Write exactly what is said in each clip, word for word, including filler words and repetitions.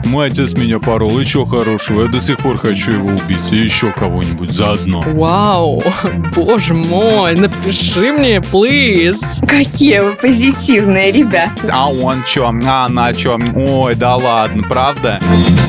Мой отец меня порол, и чё хорошего? Я до сих пор хочу его убить. И еще кого-нибудь заодно. Вау, боже мой, напиши мне, please. Какие вы позитивные ребята. А он чё? А она чё? Ой, да ладно, правда?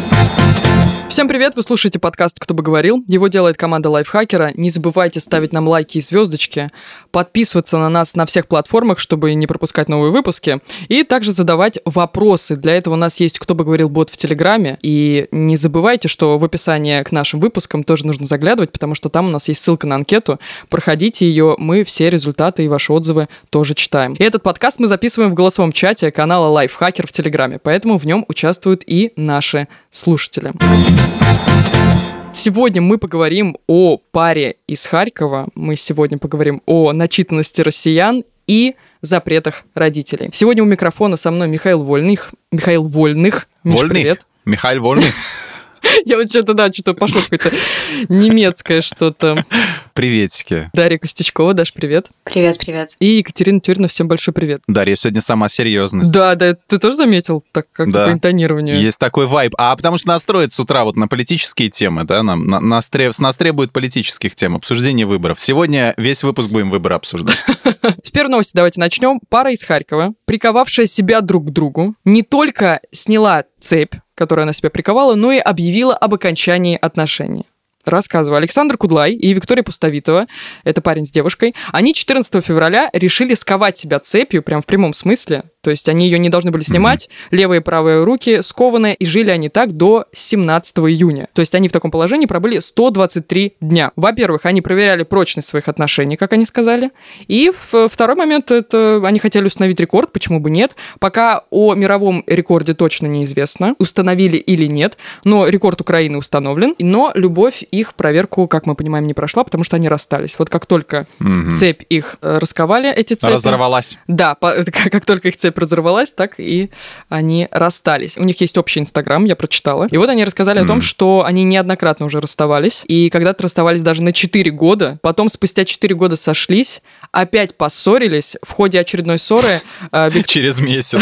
Всем привет, вы слушаете подкаст «Кто бы говорил». Его делает команда Лайфхакера. Не забывайте ставить нам лайки и звездочки, подписываться на нас на всех платформах, чтобы не пропускать новые выпуски, и также задавать вопросы. Для этого у нас есть «Кто бы говорил» бот в Телеграме. И не забывайте, что в описании к нашим выпускам тоже нужно заглядывать, потому что там у нас есть ссылка на анкету. Проходите ее, мы все результаты и ваши отзывы тоже читаем. И этот подкаст мы записываем в голосовом чате канала Лайфхакер в Телеграме, поэтому в нем участвуют и наши слушатели. Сегодня мы поговорим о паре из Харькова. Мы сегодня поговорим о начитанности россиян и запретах родителей. Сегодня у микрофона со мной Михаил Вольных. Михаил Вольных. Миш, Вольных? привет. Михаил Вольных? Я вот что-то, да, что-то пошло какое-то немецкое что-то. Приветики. Дарья Костячкова, Даш, привет. Привет, привет. И Екатерина Тюрина, всем большой привет. Дарья сегодня сама серьезность. Да, да, ты тоже заметил, так как Да. по интонированию? Есть такой вайб. А потому что настроит с утра вот на политические темы, да, нам на, настреб, с нас требует политических тем, обсуждение выборов. Сегодня весь выпуск будем выборы обсуждать. С первой новости давайте начнем. Пара из Харькова, приковавшая себя друг к другу, не только сняла цепь, которую она себя приковала, но и объявила об окончании отношений. Рассказываю. Александр Кудлай и Виктория Пустовитова, это парень с девушкой, они четырнадцатого февраля решили сковать себя цепью, прям в прямом смысле. То есть они ее не должны были снимать, mm-hmm. левые и правые руки скованы, и жили они так до семнадцатого июня. То есть они в таком положении пробыли сто двадцать три дня. Во-первых, они проверяли прочность своих отношений, как они сказали. И второй момент, это они хотели установить рекорд, почему бы нет. Пока о мировом рекорде точно неизвестно, установили или нет, но рекорд Украины установлен, но любовь их проверку, как мы понимаем, не прошла, потому что они расстались. Вот как только mm-hmm. цепь их расковали, эти цепи... Разорвалась. Да, как только их цепь разорвалась, так и они расстались. У них есть общий Инстаграм, я прочитала. И вот они рассказали mm. о том, что они неоднократно уже расставались, и когда-то расставались даже на четыре года, потом спустя четыре года сошлись, опять поссорились. В ходе очередной ссоры... Через месяц.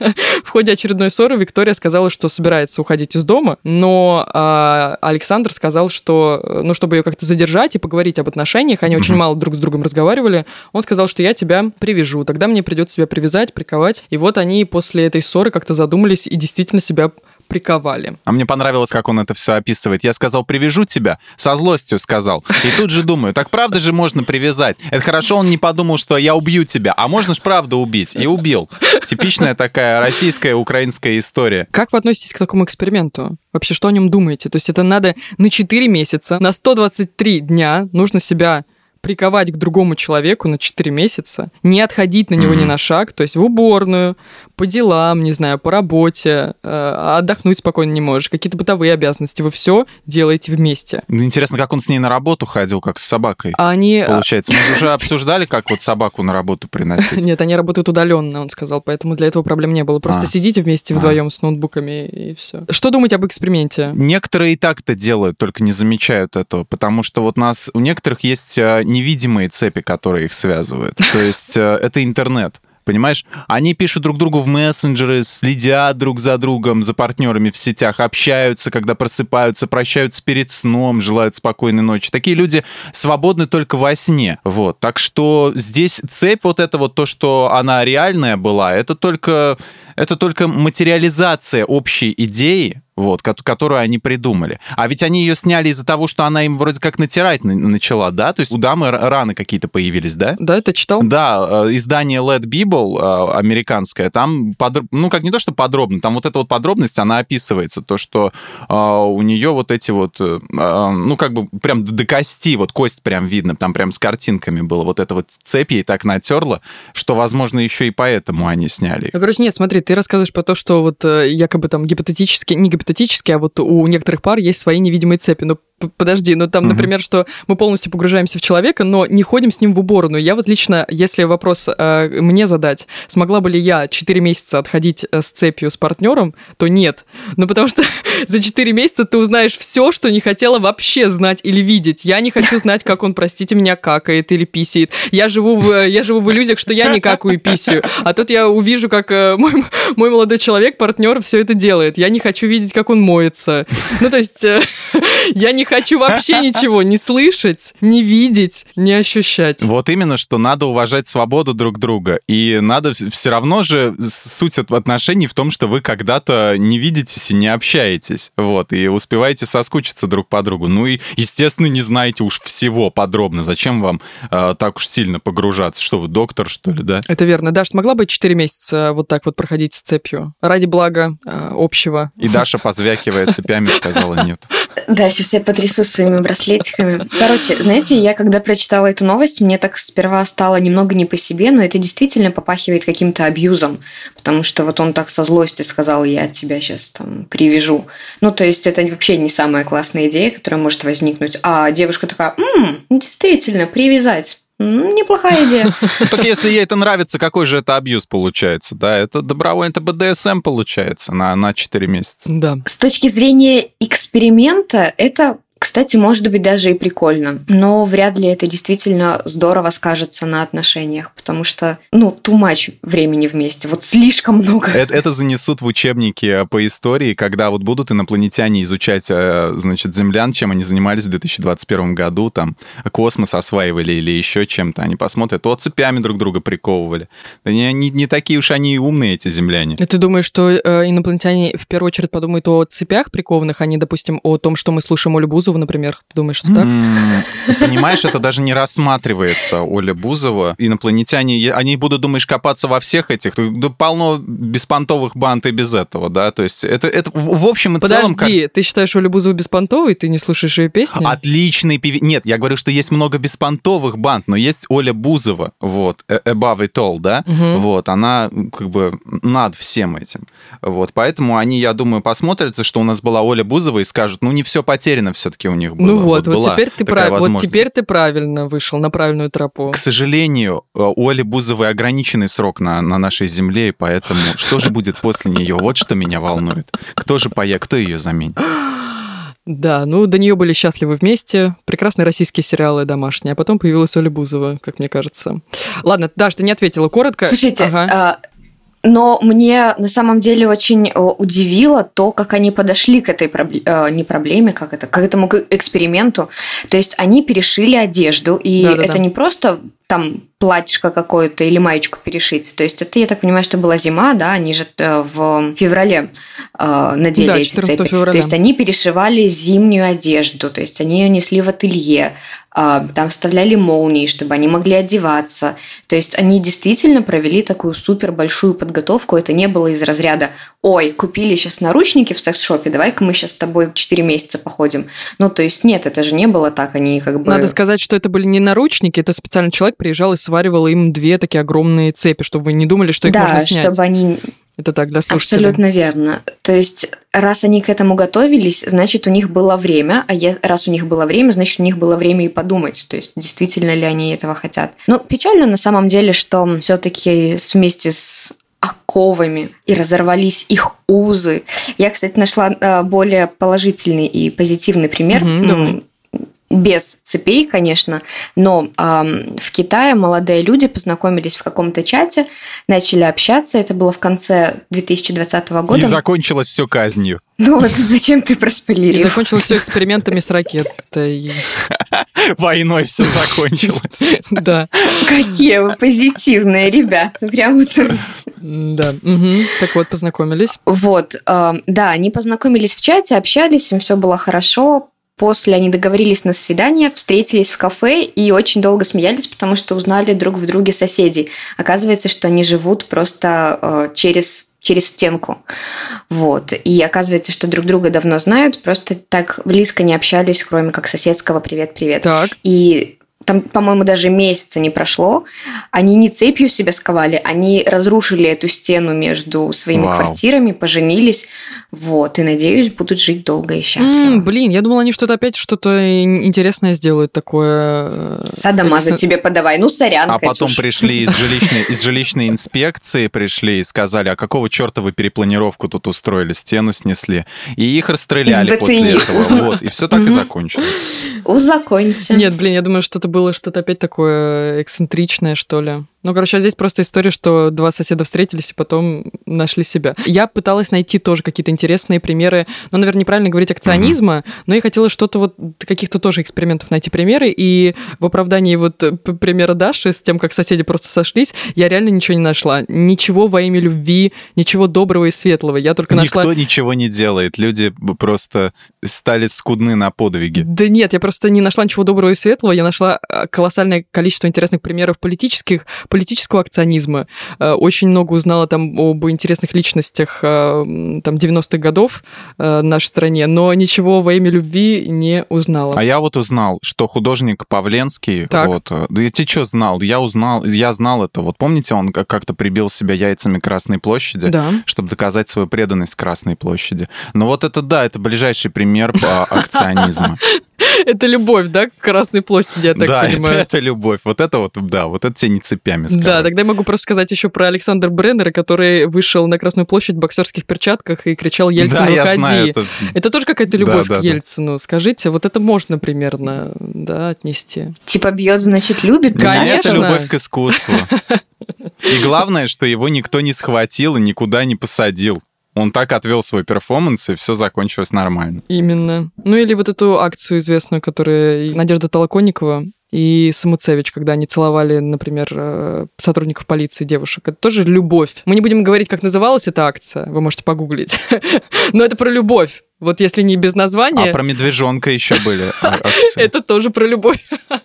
В ходе очередной ссоры Виктория сказала, что собирается уходить из дома, но Александр сказал, что, ну, чтобы ее как-то задержать и поговорить об отношениях, они очень мало друг с другом разговаривали, он сказал, что я тебя привяжу, тогда мне придется себя привязать, приковать. И вот они после этой ссоры как-то задумались и действительно себя приковали. А мне понравилось, как он это все описывает. Я сказал, привяжу тебя, со злостью сказал. И тут же думаю, так правда же можно привязать? Это хорошо, он не подумал, что я убью тебя, а можно ж правда убить. И убил. Типичная такая российская, украинская история. Как вы относитесь к такому эксперименту? Вообще, что о нем думаете? То есть это надо на четыре месяца, на сто двадцать три дня нужно себя приковать к другому человеку на четыре месяца, не отходить на него mm-hmm. ни на шаг, то есть в уборную, по делам, не знаю, по работе, э, отдохнуть спокойно не можешь, какие-то бытовые обязанности, вы все делаете вместе. Ну, интересно, как он с ней на работу ходил, как с собакой, а они... получается. Мы уже обсуждали, как вот собаку на работу приносить. Нет, они работают удаленно, он сказал, поэтому для этого проблем не было. Просто а. сидите вместе вдвоем а. с ноутбуками и все. Что думаете об эксперименте? Некоторые и так это делают, только не замечают этого, потому что вот нас, у некоторых есть невидимые цепи, которые их связывают. То есть это интернет. Понимаешь? Они пишут друг другу в мессенджеры, следят друг за другом, за партнерами в сетях, общаются, когда просыпаются, прощаются перед сном, желают спокойной ночи. Такие люди свободны только во сне. Вот. Так что здесь цепь, вот это вот то, что она реальная была, это только, это только материализация общей идеи, вот, которую они придумали. А ведь они ее сняли из-за того, что она им вроде как натирать начала, да? То есть у дамы раны какие-то появились, да? Да, ты читал? Да, издание Let Bible американское, там, подро... ну, как не то, что подробно, там вот эта вот подробность, она описывается, то, что э, у нее вот эти вот, э, ну, как бы прям до кости, вот кость прям видно, там прям с картинками было, вот эта вот цепь ей так натерла, что, возможно, еще и поэтому они сняли. Ну, короче, нет, смотри, ты рассказываешь про то, что вот якобы там гипотетически, не гипотетически, а вот у некоторых пар есть свои невидимые цепи, но подожди, ну там, например, что мы полностью погружаемся в человека, но не ходим с ним в уборную. Я вот лично, если вопрос э, мне задать, смогла бы ли я четыре месяца отходить с цепью с партнером, то нет. Ну потому что за четыре месяца ты узнаешь все, что не хотела вообще знать или видеть. Я не хочу знать, как он, простите меня, какает или писает. Я живу в, я живу в иллюзиях, что я не какаю и писаю. А тут я увижу, как э, мой, мой молодой человек, партнер, все это делает. Я не хочу видеть, как он моется. Ну то есть э, я не хочу вообще ничего не слышать, не видеть, не ощущать. Вот именно, что надо уважать свободу друг друга. И надо все равно же, суть отношений в том, что вы когда-то не видитесь и не общаетесь. Вот, и успеваете соскучиться друг по другу. Ну и, естественно, не знаете уж всего подробно. Зачем вам э, так уж сильно погружаться? Что вы, доктор, что ли, да? Это верно. Даша, смогла бы четыре месяца вот так вот проходить с цепью? Ради блага э, общего. И Даша, позвякивая цепями, сказала нет. Да, сейчас я потрясу своими браслетиками. Короче, знаете, я когда прочитала эту новость, мне так сперва стало немного не по себе, но это действительно попахивает каким-то абьюзом, потому что вот он так со злости сказал: я тебя сейчас там привяжу. Ну, то есть это вообще не самая классная идея, которая может возникнуть. А девушка такая: «М, действительно, привязать. Неплохая идея». Так если ей это нравится, какой же это абьюз получается? Да, это добровольно, это бэ дэ эс эм получается на, на четыре месяца. Да. С точки зрения эксперимента, это, кстати, может быть даже и прикольно, но вряд ли это действительно здорово скажется на отношениях, потому что, ну, too much времени вместе, вот слишком много. Это, это занесут в учебники по истории, когда вот будут инопланетяне изучать, значит, землян, чем они занимались в две тысячи двадцать первом году, там, космос осваивали или еще чем-то, они посмотрят, вот цепями друг друга приковывали. Да не, не, не такие уж они и умные, эти земляне. И ты думаешь, что э, инопланетяне в первую очередь подумают о цепях прикованных, а не, допустим, о том, что мы слушаем Олю Бузову, например? Ты думаешь, что так? Понимаешь, это даже не рассматривается, Оля Бузова. Инопланетяне, они будут, думаешь, копаться во всех этих? Да полно беспонтовых банд и без этого, да? То есть это, это в общем и целом... Подожди, ты считаешь Олю Бузову беспонтовой? Ты не слушаешь ее песни? Отличный певец. Нет, я говорю, что есть много беспонтовых банд, но есть Оля Бузова, вот, Above It All, да? Угу. Вот, она как бы над всем этим. Вот, поэтому они, я думаю, посмотрят, что у нас была Оля Бузова и скажут, ну, не все потеряно все-таки у них было. Ну вот, вот, вот, теперь ты прав... вот теперь ты правильно вышел на правильную тропу. К сожалению, у Оли Бузовой ограниченный срок на, на нашей земле, и поэтому что же будет после нее? Вот что меня волнует. Кто же поедет, кто ее заменит? Да, ну до нее были счастливы вместе, прекрасные российские сериалы домашние, а потом появилась Оля Бузова, как мне кажется. Ладно, Даш, ты не ответила коротко. Слушайте, ага. а... Но мне на самом деле очень удивило то, как они подошли к этой проблеме, не проблеме, как это, к этому эксперименту. То есть они перешили одежду, и Да-да-да. это не просто там платьишко какое-то или маечку перешить. То есть это, я так понимаю, что была зима, да, они же в феврале э, надели да, эти цепи. февраля. То есть они перешивали зимнюю одежду, то есть они ее несли в ателье, э, там вставляли молнии, чтобы они могли одеваться. То есть они действительно провели такую супер большую подготовку. Это не было из разряда: ой, купили сейчас наручники в секс-шопе, давай-ка мы сейчас с тобой четыре месяца походим. Ну, то есть нет, это же не было так, они как бы... Надо сказать, что это были не наручники, это специальный человек приезжал и сваривал им две такие огромные цепи, чтобы вы не думали, что их да, можно снять. Да, чтобы они... Это так, для слушателей. Абсолютно верно. То есть, раз они к этому готовились, значит, у них было время, а раз у них было время, значит, у них было время и подумать, то есть, действительно ли они этого хотят. Но печально на самом деле, что все-таки вместе с оковами и разорвались их узы. Я, кстати, нашла более положительный и позитивный пример. Угу, без цепей, конечно, но э, в Китае молодые люди познакомились в каком-то чате, начали общаться, это было в конце две тысячи двадцатого года. И закончилось все казнью. Ну вот зачем ты проспойлерил? И закончилось все экспериментами с ракетой. Войной все закончилось. Да. Какие вы позитивные, ребята. Прям вот... Да. Так вот, познакомились. Вот, да, они познакомились в чате, общались, им все было хорошо. После они договорились на свидание, встретились в кафе и очень долго смеялись, потому что узнали друг в друге соседей. Оказывается, что они живут просто э, через, через стенку. Вот. И оказывается, что друг друга давно знают, просто так близко не общались, кроме как соседского «привет-привет». Так. И там, по-моему, даже месяца не прошло, они не цепью себя сковали, они разрушили эту стену между своими Вау. квартирами, поженились, вот, и, надеюсь, будут жить долго и счастливо. М, блин, я думала, они что-то опять что-то интересное сделают такое. Садомаза тебе подавай, ну, сорян, А Катюш. потом пришли из жилищной, из жилищной инспекции, пришли и сказали, а какого черта вы перепланировку тут устроили, стену снесли. И их расстреляли Из после БТИ. этого. Вот, и все так и закончилось. Узаконьте. Нет, блин, я думаю, что-то было что-то опять такое эксцентричное, что ли. Ну, короче, а здесь просто история, что два соседа встретились и потом нашли себя. Я пыталась найти тоже какие-то интересные примеры, ну, наверное, неправильно говорить акционизма, uh-huh. но я хотела что-то вот, каких-то тоже экспериментов найти примеры, и в оправдании вот примера Даши с тем, как соседи просто сошлись, я реально ничего не нашла. Ничего во имя любви, ничего доброго и светлого. Я только нашла... Никто ничего не делает. Люди просто стали скудны на подвиги. Да нет, я просто не нашла ничего доброго и светлого. Я нашла колоссальное количество интересных примеров политических, политического акционизма. Очень много узнала там об интересных личностях там девяностых годов в нашей стране, но ничего во имя любви не узнала. А я вот узнал, что художник Павленский, так. вот, да я ты что знал? Я узнал, я знал это. Вот помните, он как-то прибил себя яйцами Красной площади, да. чтобы доказать свою преданность Красной площади. Но вот это, да, это ближайший пример акционизма. Это любовь, да, к Красной площади, я так да, понимаю? Да, это, это любовь. Вот это вот, да, вот это тебе не цепями скажу. Да, тогда я могу просто сказать еще про Александра Бреннера, который вышел на Красную площадь в боксерских перчатках и кричал «Ельцин, да, уходи». Я знаю, это... это тоже какая-то любовь да, к да, Ельцину. Да. Скажите, вот это можно примерно, да, отнести? Типа бьет, значит, любит? Конечно. Это любовь к искусству. И главное, что его никто не схватил и никуда не посадил. Он так отвел свой перформанс, и все закончилось нормально. Именно. Ну или вот эту акцию известную, которую Надежда Толоконникова и Самуцевич, когда они целовали, например, сотрудников полиции, девушек. Это тоже любовь. Мы не будем говорить, как называлась эта акция, вы можете погуглить. Но это про любовь. Вот если не без названия... А про медвежонка еще были акции. Это тоже про любовь.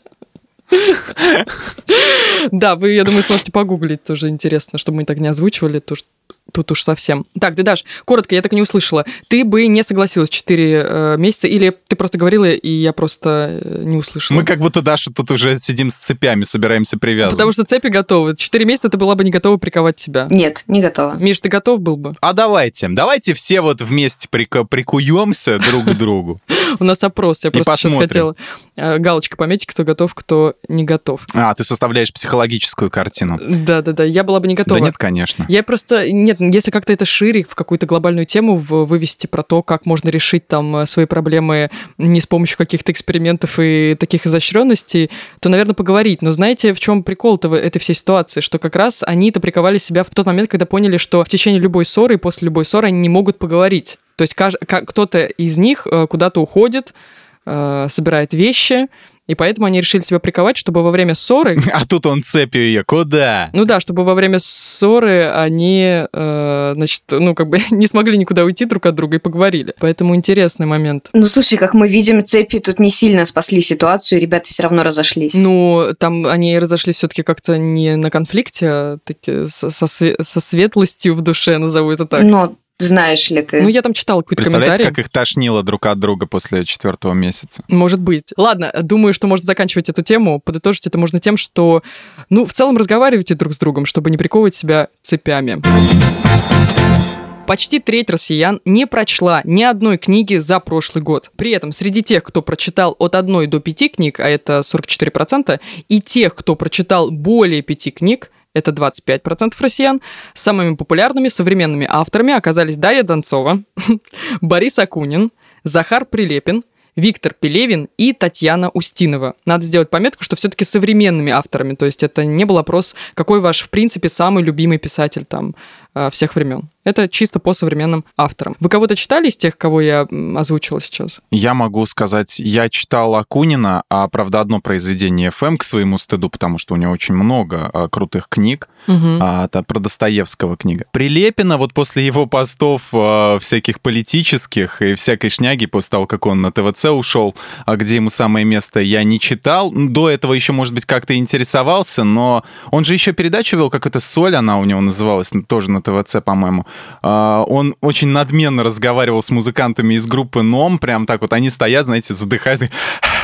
Да, вы, я думаю, сможете погуглить, тоже интересно, чтобы мы так не озвучивали, то что тут уж совсем. Так, ты, Даш, коротко, я так и не услышала. Ты бы не согласилась четыре э, месяца, или ты просто говорила, и я просто э, не услышала? Мы как будто, Даша, тут уже сидим с цепями, собираемся привязывать. Потому что цепи готовы. Четыре месяца ты была бы не готова приковать себя. Нет, не готова. Миш, ты готов был бы? А давайте, давайте все вот вместе прик- прикуемся друг к другу. У нас опрос, я просто сейчас хотела галочку пометить, кто готов, кто не готов. А, ты составляешь психологическую картину. Да-да-да, я была бы не готова. Да нет, конечно. Я просто... Нет, если как-то это шире, в какую-то глобальную тему вывести про то, как можно решить там свои проблемы не с помощью каких-то экспериментов и таких изощренностей, то, наверное, поговорить. Но знаете, в чем прикол-то этой всей ситуации? Что как раз они-то приковали себя в тот момент, когда поняли, что в течение любой ссоры и после любой ссоры они не могут поговорить. То есть кто-то из них куда-то уходит, собирает вещи, и поэтому они решили себя приковать, чтобы во время ссоры... А тут он цепью ее. Куда? Ну да, чтобы во время ссоры они, э, значит, ну как бы не смогли никуда уйти друг от друга и поговорили. Поэтому интересный момент. Ну слушай, как мы видим, цепи тут не сильно спасли ситуацию, ребята все равно разошлись. Ну, там они разошлись все-таки как-то не на конфликте, а таки со, со, со светлостью в душе, назову это так. Но... Знаешь ли ты? Ну, я там читала какой-то комментарий. Представляете, как их тошнило друг от друга после четвертого месяца? Может быть. Ладно, думаю, что можно заканчивать эту тему. Подытожить это можно тем, что, ну, в целом разговаривайте друг с другом, чтобы не приковывать себя цепями. Почти треть россиян не прочла ни одной книги за прошлый год. При этом среди тех, кто прочитал от одной до пяти книг, а это сорок четыре процента, и тех, кто прочитал более пяти книг, это двадцать пять процентов россиян, самыми популярными современными авторами оказались Дарья Донцова, Борис Акунин, Захар Прилепин, Виктор Пелевин и Татьяна Устинова. Надо сделать пометку, что все-таки современными авторами, то есть это не был опрос, какой ваш, в принципе, самый любимый писатель там всех времен. Это чисто по современным авторам. Вы кого-то читали из тех, кого я озвучила сейчас? Я могу сказать, я читал Акунина, а, правда, одно произведение эф эм к своему стыду, потому что у него очень много а, крутых книг, угу. а, это про Достоевского книга. Прилепина, вот после его постов а, всяких политических и всякой шняги, после того, как он на тэ вэ цэ ушел, а где ему самое место, я не читал. До этого еще, может быть, как-то интересовался, но он же еще передачу вел, как это «Соль», она у него называлась, тоже на тэ вэ цэ, по-моему. Он очень надменно разговаривал с музыкантами из группы ном, прям так вот, они стоят, знаете, задыхаясь,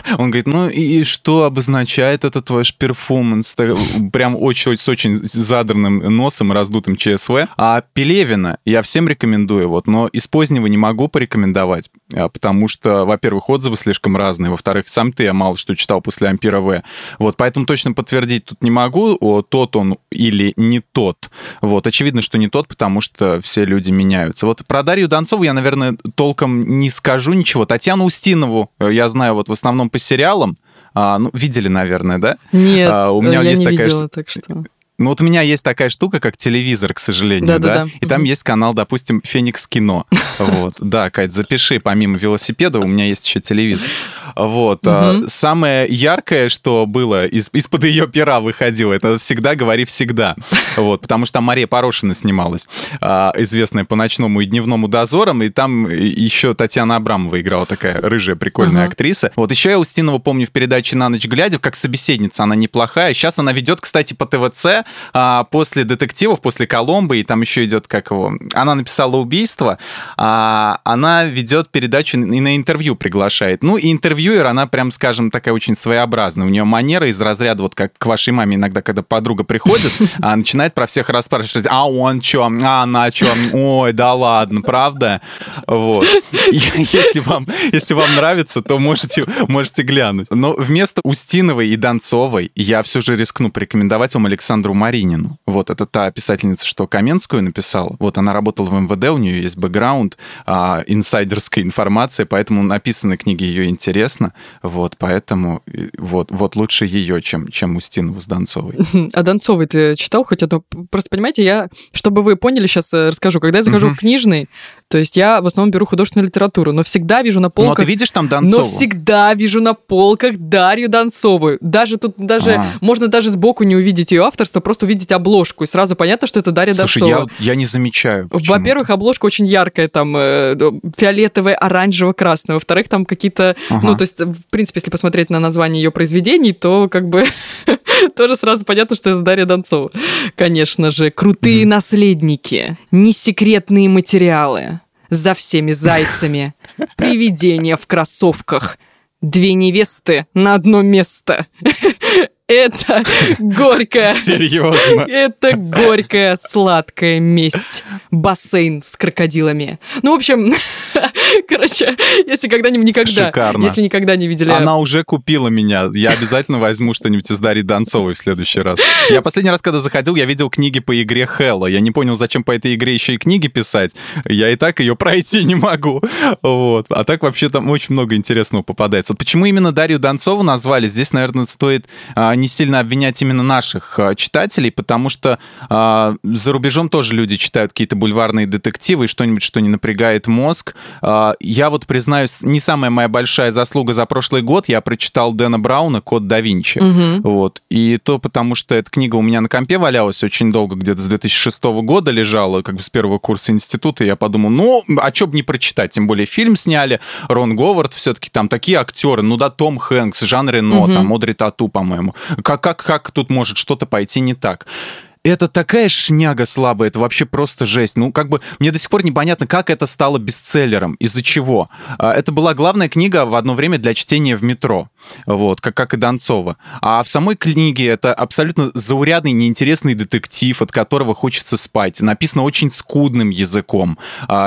Он говорит, ну и что обозначает этот ваш перформанс? Прям очень, с очень задранным носом и раздутым ЧСВ. А Пелевина я всем рекомендую, вот, но из позднего не могу порекомендовать, потому что, во-первых, отзывы слишком разные, во-вторых, сам-то я мало что читал после «Ампира В». Вот, поэтому точно подтвердить тут не могу, о, тот он или не тот. Вот, очевидно, что не тот, потому что все люди меняются. Вот про Дарью Донцову я, наверное, толком не скажу ничего. Татьяну Устинову я знаю вот в основном по сериалам. А, ну, видели, наверное, да? Нет, а, у меня я есть не такая видела, ш... так что... Ну вот у меня есть такая штука, как телевизор, к сожалению, да, да, да? И там угу. есть канал, допустим, «Феникс Кино». Вот, да, Кать, запиши, помимо велосипеда у меня есть еще телевизор. Вот, угу. Самое яркое, что было, из- из-под ее пера выходило, это «Всегда говори всегда». Вот, потому что там Мария Порошина снималась, известная по «Ночному и дневному дозорам», и там еще Татьяна Абрамова играла, такая рыжая, прикольная угу. актриса. Вот еще я Устинову помню в передаче «На ночь глядя», как собеседница, она неплохая. Сейчас она ведет, кстати, по ТВЦ, а, после детективов, после Коломбо, и там еще идет, как его... Она написала «Убийство», а она ведет передачу и на интервью приглашает. Ну, и интервьюер, она прям, скажем, такая очень своеобразная. У нее манера из разряда, вот как к вашей маме иногда, когда подруга приходит, а начинает про всех расспрашивать, а он чё, а она чё, ой, да ладно, правда? Вот. Если вам, если вам нравится, то можете, можете глянуть. Но вместо Устиновой и Донцовой я все же рискну порекомендовать вам Александру Маринину. Вот, это та писательница, что Каменскую написала. Вот, она работала в эм вэ дэ, у нее есть бэкграунд, а, инсайдерская информация, поэтому написанные книги ее интересно. Вот, поэтому вот, вот лучше ее, чем, чем Устинову с Донцовой. А Донцовой ты читал хоть одно? Просто, понимаете, я, чтобы вы поняли, сейчас расскажу. Когда я захожу угу. в книжный, то есть я в основном беру художественную литературу, но всегда вижу на полках... Но ты видишь там Донцову? Но всегда вижу на полках Дарью Донцову. Даже тут, даже, а. можно даже сбоку не увидеть ее авторство, просто увидеть обложку, и сразу понятно, что это Дарья Слушай, Донцова. Я, я не замечаю. Во-первых, обложка очень яркая, там, э, фиолетовая, оранжево-красная. Во-вторых, там какие-то... Ага. Ну, то есть, в принципе, если посмотреть на название ее произведений, то как бы тоже сразу понятно, что это Дарья Донцова. Конечно же. Крутые mm-hmm. наследники, несекретные материалы, за всеми зайцами, привидения в кроссовках, две невесты на одно место. Это горькая... Серьезно? Это горькая, сладкая месть. Бассейн с крокодилами. Ну, в общем, короче, если когда-нибудь никогда... Шикарно. Если никогда не видели... Она уже купила меня. Я обязательно возьму что-нибудь из Дарьи Донцовой в следующий раз. Я последний раз, когда заходил, я видел книги по игре Хэлла. Я не понял, зачем по этой игре еще и книги писать. Я и так ее пройти не могу. Вот. А так вообще там очень много интересного попадается. Вот почему именно Дарью Донцову назвали? Здесь, наверное, стоит... не сильно обвинять именно наших а, читателей, потому что а, за рубежом тоже люди читают какие-то бульварные детективы и что-нибудь, что не напрягает мозг. А, я вот, признаюсь, не самая моя большая заслуга за прошлый год. Я прочитал Дэна Брауна «Код да Винчи». Угу. Вот. И то потому, что эта книга у меня на компе валялась очень долго, где-то с две тысячи шестого года лежала, как бы с первого курса института. И я подумал, ну, а что бы не прочитать? Тем более фильм сняли, Рон Говард, все-таки там такие актеры, ну да, Том Хэнкс, Жан Рено, угу. там Одри Тату, по-моему. Как, как, как тут может что-то пойти не так? Это такая шняга слабая, это вообще просто жесть. Ну, как бы, мне до сих пор непонятно, как это стало бестселлером, из-за чего. Это была главная книга в одно время для чтения в метро, вот, как, как и Донцова. А в самой книге это абсолютно заурядный, неинтересный детектив, от которого хочется спать. Написано очень скудным языком.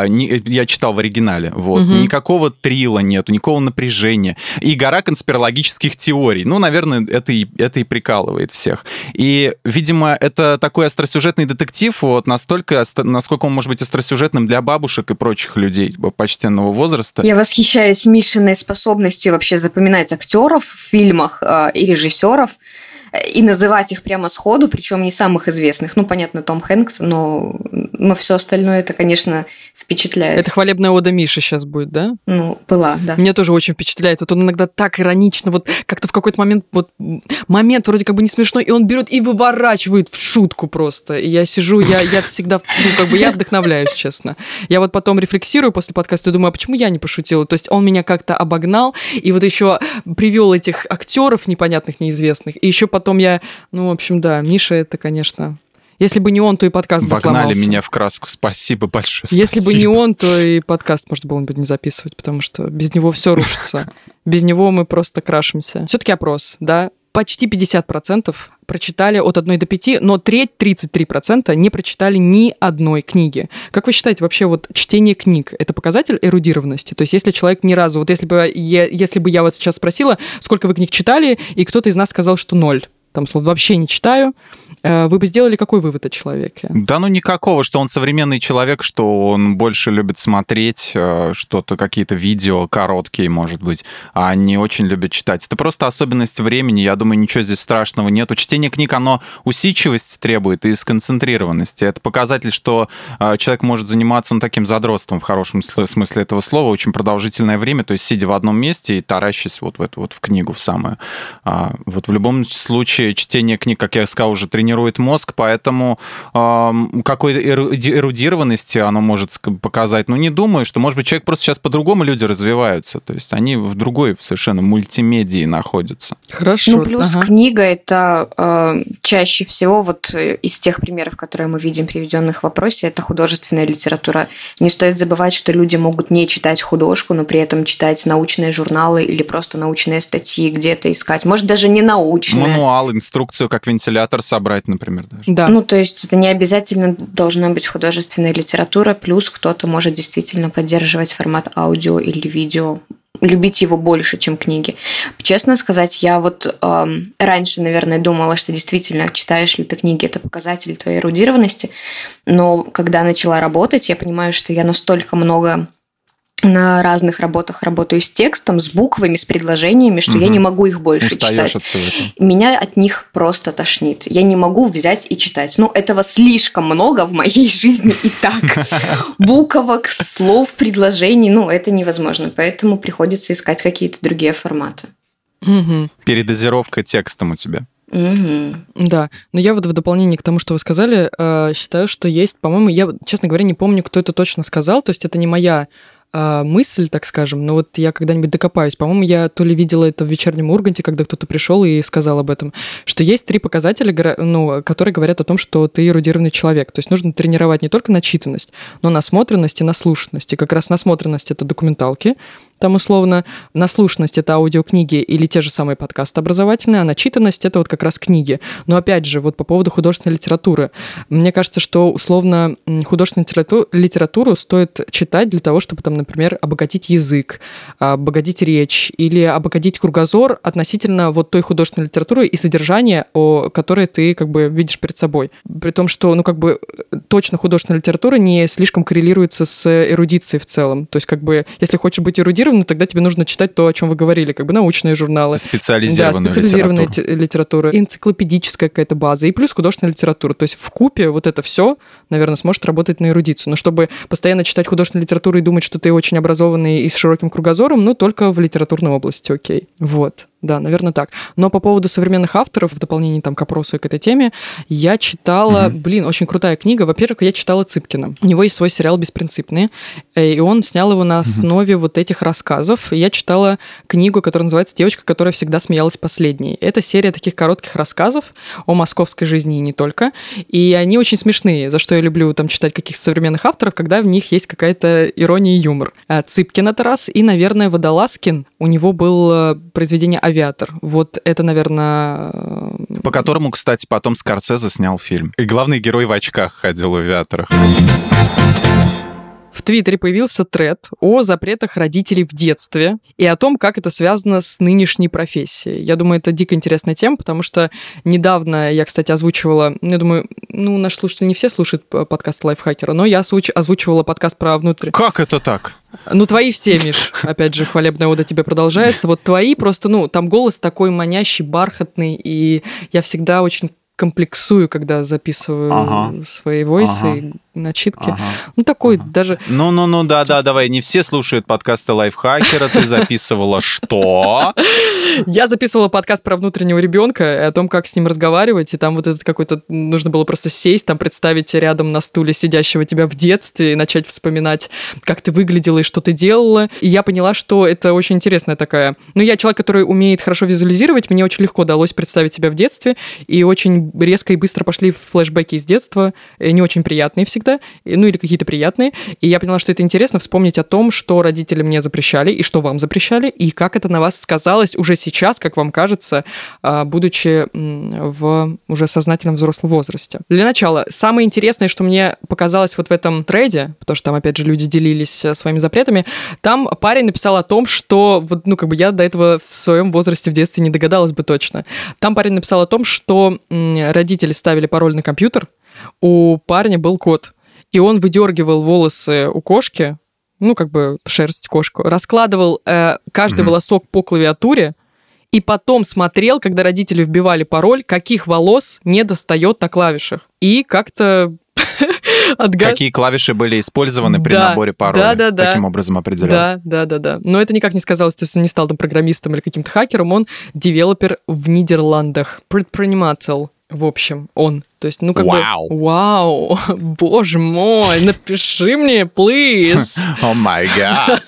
Я читал в оригинале, вот. Угу. Никакого трила нету, никакого напряжения. И гора конспирологических теорий. Ну, наверное, это и, это и прикалывает всех. И, видимо, это такой остросюжетный детектив, вот настолько, насколько он может быть остросюжетным для бабушек и прочих людей почтенного возраста. Я восхищаюсь Мишиной способностью вообще запоминать актеров в фильмах э, и режиссеров и называть их прямо сходу, причем не самых известных. Ну, понятно, Том Хэнкс, но, но все остальное это, конечно, впечатляет. Это хвалебная ода Миши сейчас будет, да? Ну, была, да. Меня тоже очень впечатляет. Вот он иногда так иронично, вот как-то в какой-то момент, вот момент вроде как бы не смешной, и он берет и выворачивает в шутку просто. И я сижу, я, я всегда, ну, как бы я вдохновляюсь, честно. Я вот потом рефлексирую после подкаста и думаю, а почему я не пошутила? То есть он меня как-то обогнал, и вот еще привел этих актеров непонятных, неизвестных, и еще потом я, ну, в общем, да, Миша это, конечно... Если бы не он, то и подкаст бы сломался. Вогнали меня в краску. Спасибо большое. Спасибо. Если бы не он, то и подкаст можно было бы не записывать, потому что без него все рушится. Без него мы просто крашимся. Все-таки опрос, да? Почти пятьдесят процентов прочитали от одной до пяти, но треть, тридцать три процента, не прочитали ни одной книги. Как вы считаете, вообще вот чтение книг – это показатель эрудированности? То есть если человек ни разу... Вот если бы я, если бы я вас сейчас спросила, сколько вы книг читали, и кто-то из нас сказал, что ноль, там, словно, вообще не читаю, вы бы сделали какой вывод о человеке? Да ну никакого, что он современный человек, что он больше любит смотреть что-то, какие-то видео короткие, может быть, а не очень любит читать. Это просто особенность времени, я думаю, ничего здесь страшного нет. Чтение книг, оно усидчивости требует и сконцентрированности. Это показатель, что человек может заниматься, ну, таким задротством в хорошем смысле этого слова, очень продолжительное время, то есть сидя в одном месте и таращась вот в эту вот в книгу в самую. Вот в любом случае чтение книг, как я сказал, уже тренирует мозг, поэтому э, какой эрудированности оно может показать. Ну, не думаю, что, может быть, человек просто сейчас по-другому люди развиваются. То есть они в другой совершенно мультимедии находятся. Хорошо. Ну, плюс ага. книга – это э, чаще всего вот из тех примеров, которые мы видим, приведенных в вопросе, это художественная литература. Не стоит забывать, что люди могут не читать художку, но при этом читать научные журналы или просто научные статьи, где-то искать. Может, даже не научные. Мануал, инструкцию, как вентилятор собрать, например, даже. Да. Ну, то есть это не обязательно должна быть художественная литература, плюс кто-то может действительно поддерживать формат аудио или видео, любить его больше, чем книги. Честно сказать, я вот э, раньше, наверное, думала, что действительно читаешь ли ты книги, это показатель твоей эрудированности, но когда начала работать, я понимаю, что я настолько много на разных работах работаю с текстом, с буквами, с предложениями, что угу. я не могу их больше Устаешь читать. От всего этого. Меня от них просто тошнит. Я не могу взять и читать. Ну, этого слишком много в моей жизни и так. Буквок, слов, предложений, ну, это невозможно. Поэтому приходится искать какие-то другие форматы. Угу. Передозировка текстом у тебя. Угу. Да, но я вот в дополнение к тому, что вы сказали, считаю, что есть, по-моему, я, честно говоря, не помню, кто это точно сказал, то есть это не моя мысль, так скажем, но вот я когда-нибудь докопаюсь. По-моему, я то ли видела это в «Вечернем Урганте», когда кто-то пришел и сказал об этом, что есть три показателя, ну, которые говорят о том, что ты эрудированный человек. То есть нужно тренировать не только начитанность, но насмотренность и наслушанность. И как раз насмотренность — это документалки, там условно наслушанность — это аудиокниги или те же самые подкасты образовательные, а начитанность — это вот как раз книги. Но опять же, вот по поводу художественной литературы. Мне кажется, что условно художественную литературу, литературу стоит читать для того, чтобы там, например, обогатить язык, обогатить речь или обогатить кругозор относительно вот той художественной литературы и содержания, о которой ты как бы видишь перед собой. При том, что, ну, как бы точно художественная литература не слишком коррелируется с эрудицией в целом. То есть, как бы, если хочешь быть эрудированным, тогда тебе нужно читать то, о чем вы говорили, как бы научные журналы. Специализированную да, специализированная литературу. литература, энциклопедическая какая-то база и плюс художественная литература. То есть вкупе вот это все, наверное, сможет работать на эрудицию. Но чтобы постоянно читать художественную литературу и думать, что ты очень образованный и с широким кругозором, ну, только в литературной области, окей. Вот. Да, наверное, так. Но по поводу современных авторов, в дополнение там, к опросу и к этой теме, я читала, mm-hmm. блин, очень крутая книга. Во-первых, я читала Цыпкина. У него есть свой сериал «Беспринципные», и он снял его на основе mm-hmm. вот этих рассказов. И я читала книгу, которая называется «Девочка, которая всегда смеялась последней». Это серия таких коротких рассказов о московской жизни и не только. И они очень смешные, за что я люблю там читать каких-то современных авторов, когда в них есть какая-то ирония и юмор. Цыпкин это раз, и, наверное, Водолазкин. У него было произведение «Авиатор». Вот это, наверное... По которому, кстати, потом Скорсезе снял фильм. И главный герой в очках ходил в авиаторах. В Твиттере появился тред о запретах родителей в детстве и о том, как это связано с нынешней профессией. Я думаю, это дико интересная тема, потому что недавно я, кстати, озвучивала... Я думаю, ну, наши слушатели не все слушают подкаст «Лайфхакера», но я озвучивала подкаст про внутрь... Как это так? Ну, твои все, Миш. Опять же, хвалебная ода тебе продолжается. Вот твои просто, ну, там голос такой манящий, бархатный, и я всегда очень комплексую, когда записываю ага. свои войсы ага. и начитки. Ага. Ну, такой ага. даже... Ну-ну-ну, да-да, давай, не все слушают подкасты Лайфхакера, ты записывала что? Я записывала подкаст про внутреннего ребенка и о том, как с ним разговаривать, и там вот этот какой-то... Нужно было просто сесть, там представить рядом на стуле сидящего тебя в детстве и начать вспоминать, как ты выглядела и что ты делала. И я поняла, что это очень интересная такая... Ну, я человек, который умеет хорошо визуализировать, мне очень легко удалось представить себя в детстве, и очень резко и быстро пошли флешбеки из детства, не очень приятные всегда, ну или какие-то приятные. И я поняла, что это интересно вспомнить о том, что родители мне запрещали и что вам запрещали, и как это на вас сказалось уже сейчас, как вам кажется, будучи в уже сознательном взрослом возрасте. Для начала, самое интересное, что мне показалось вот в этом трейде, потому что там, опять же, люди делились своими запретами, там парень написал о том, что, вот, ну, как бы я до этого в своем возрасте в детстве не догадалась бы точно. Там парень написал о том, что родители ставили пароль на компьютер, у парня был кот, и он выдергивал волосы у кошки, ну, как бы шерсть кошку, раскладывал э, каждый mm-hmm. волосок по клавиатуре, и потом смотрел, когда родители вбивали пароль, каких волос не достает на клавишах. И как-то... Отгад... Какие клавиши были использованы при да, наборе пароля. Да, да, да. Таким образом определял. Да, да, да, да. Но это никак не сказалось, то есть он не стал там программистом или каким-то хакером, он девелопер в Нидерландах. Предприниматель. В общем, он. То есть, ну, как Вау. бы... Вау! Боже мой! Напиши мне, please! О май гад!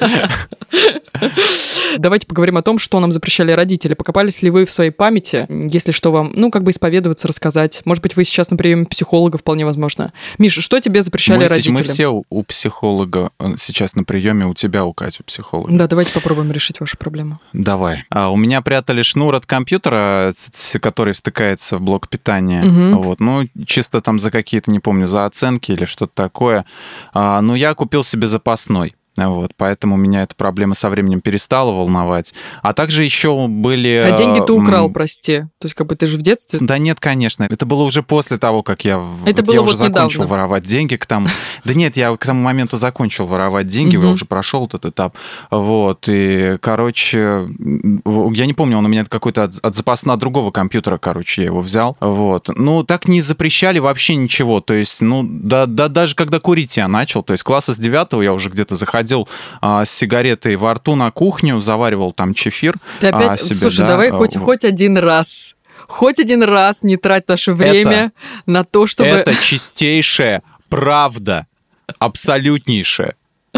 Давайте поговорим о том, что нам запрещали родители. Покопались ли вы в своей памяти? Если что вам, ну, как бы исповедоваться, рассказать. Может быть, вы сейчас на приеме психолога, вполне возможно. Миша, что тебе запрещали мы, родители? Мы все у, у психолога сейчас на приеме, у тебя, у Кати, у психолога. Да, давайте попробуем решить вашу проблему. Давай. А, у меня прятали шнур от компьютера, который втыкается в блок питания. Угу. Вот. Ну, чисто там за какие-то, не помню, за оценки или что-то такое. А, но я купил себе запасной. Вот, поэтому меня эта проблема со временем перестала волновать. А также еще были... А деньги ты украл, прости. То есть как бы ты же в детстве... Да нет, конечно. Это было уже после того, как я, это вот, было я вот уже закончил недавно. воровать деньги. К тому... Да нет, я к тому моменту закончил воровать деньги, я уже прошел этот этап. Вот, и, короче, я не помню, он у меня какой-то от, от запасного другого компьютера, короче, я его взял. Вот. Ну, так не запрещали вообще ничего. То есть, ну, да, да, даже когда курить я начал, то есть класса с девятого я уже где-то заходил Ходил а, с сигаретой во рту на кухню, заваривал там чефир. Ты опять, а, себе, слушай, да, давай хоть, а, хоть один раз, хоть один раз не трать наше время это, на то, чтобы... Это чистейшая правда, абсолютнейшая.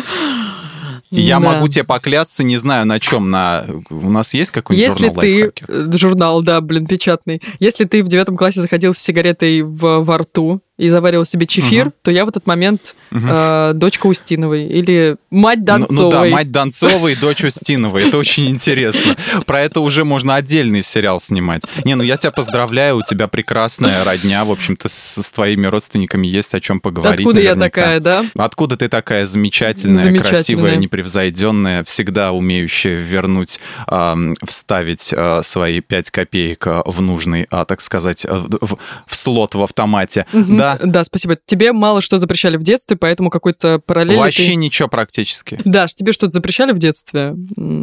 Я да. могу тебе поклясться, не знаю на чем, на... У нас есть какой-нибудь Если журнал ты... Лайфхакер? Журнал, да, блин, печатный. Если ты в девятом классе заходил с сигаретой в, во рту и заварил себе чефир, угу. то я в этот момент угу. э, дочка Устиновой или мать Донцовой. Ну, ну да, мать Донцовой и дочь Устиновой. Это очень интересно. Про это уже можно отдельный сериал снимать. Не, ну я тебя поздравляю, у тебя прекрасная родня. В общем-то, с, с твоими родственниками есть о чем поговорить. Откуда наверняка. я такая, да? Откуда ты такая замечательная, замечательная. красивая, непревзойденная, всегда умеющая вернуть, э, вставить э, свои пять копеек в нужный, э, так сказать, в, в слот в автомате. Угу. Да. Да, спасибо. Тебе мало что запрещали в детстве, поэтому какой-то параллель... Вообще ты... ничего практически. Даш, тебе что-то запрещали в детстве?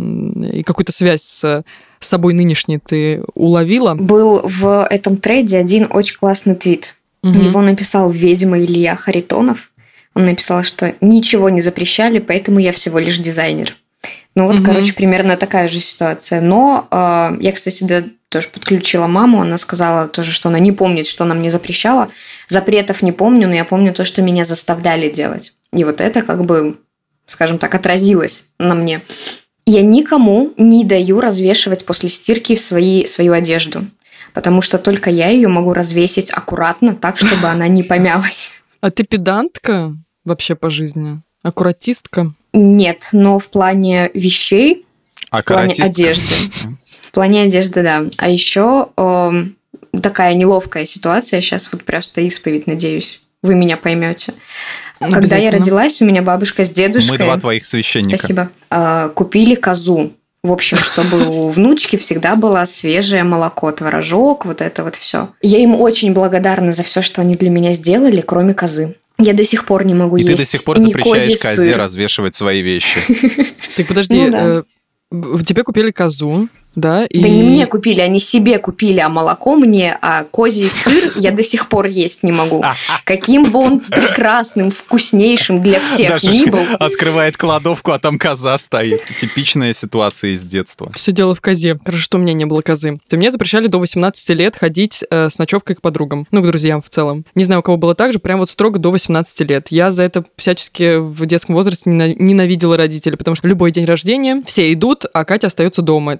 И какую-то связь с собой нынешней ты уловила? Был в этом трейде один очень классный твит. Угу. Его написал ведьма Илья Харитонов. Он написал, что ничего не запрещали, поэтому я всего лишь дизайнер. Ну вот, угу. короче, примерно такая же ситуация. Но э, я, кстати, да, тоже подключила маму. Она сказала тоже, что она не помнит, что она мне запрещала. Запретов не помню, но я помню то, что меня заставляли делать. И вот это как бы, скажем так, отразилось на мне. Я никому не даю развешивать после стирки свои, свою одежду, потому что только я ее могу развесить аккуратно, так, чтобы она не помялась. А ты педантка вообще по жизни? Аккуратистка? Нет, но в плане вещей, в плане одежды. В плане одежды, да. А еще э, такая неловкая ситуация. Сейчас вот просто исповедь, надеюсь, вы меня поймете. Когда я родилась, у меня бабушка с дедушкой... Мы два твоих священника. Спасибо. Э, купили козу. В общем, чтобы у внучки всегда было свежее молоко, творожок, вот это вот все. Я им очень благодарна за все, что они для меня сделали, кроме козы. Я до сих пор не могу И есть. И ты до сих пор запрещаешь козе развешивать свои вещи. Так подожди, тебе купили козу, да? Да не мне купили, они себе купили, а молоко мне, а козий сыр я до сих пор есть не могу. Каким бы он прекрасным, вкуснейшим для всех ни был. Открывает кладовку, а там коза стоит. Типичная ситуация из детства. Все дело в козе. Хорошо, что у меня не было козы. То мне запрещали до восемнадцати лет ходить э, с ночевкой к подругам. Ну, к друзьям в целом. Не знаю, у кого было так же, прям вот строго до восемнадцати лет. Я за это всячески в детском возрасте ненавидела родителей, потому что любой день рождения все идут, а Катя остается дома. То есть не, не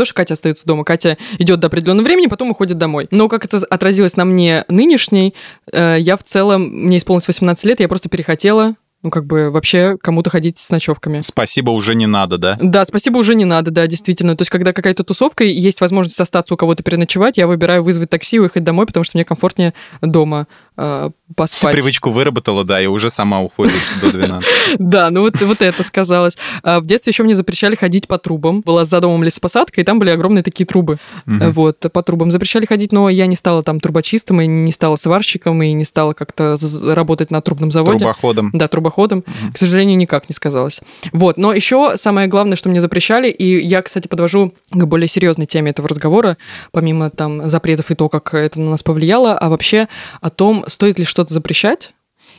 то, что Катя остается дома. Катя идет до определенного времени, потом уходит домой. Но как это отразилось на мне нынешней, я в целом, мне исполнилось восемнадцать лет, я просто перехотела, ну, как бы вообще кому-то ходить с ночевками. Спасибо, уже не надо, да? Да, спасибо, уже не надо, да, действительно. То есть, когда какая-то тусовка, и есть возможность остаться у кого-то переночевать, я выбираю вызвать такси и уехать домой, потому что мне комфортнее дома э, поспать. Ты привычку выработала, да, и уже сама уходишь до двенадцати. Да, ну вот, вот это сказалось. В детстве еще мне запрещали ходить по трубам. Была за домом лесопосадка, и там были огромные такие трубы. Вот, по трубам запрещали ходить, но я не стала там трубочистом, и не стала сварщиком, и не стала как-то работать на трубном заводе. Трубоходом. Да, трубоходом. Mm-hmm. К сожалению, никак не сказалось. Вот. Но еще самое главное, что мне запрещали, и я, кстати, подвожу к более серьезной теме этого разговора, помимо там запретов и то, как это на нас повлияло, а вообще о том, стоит ли что-то запрещать.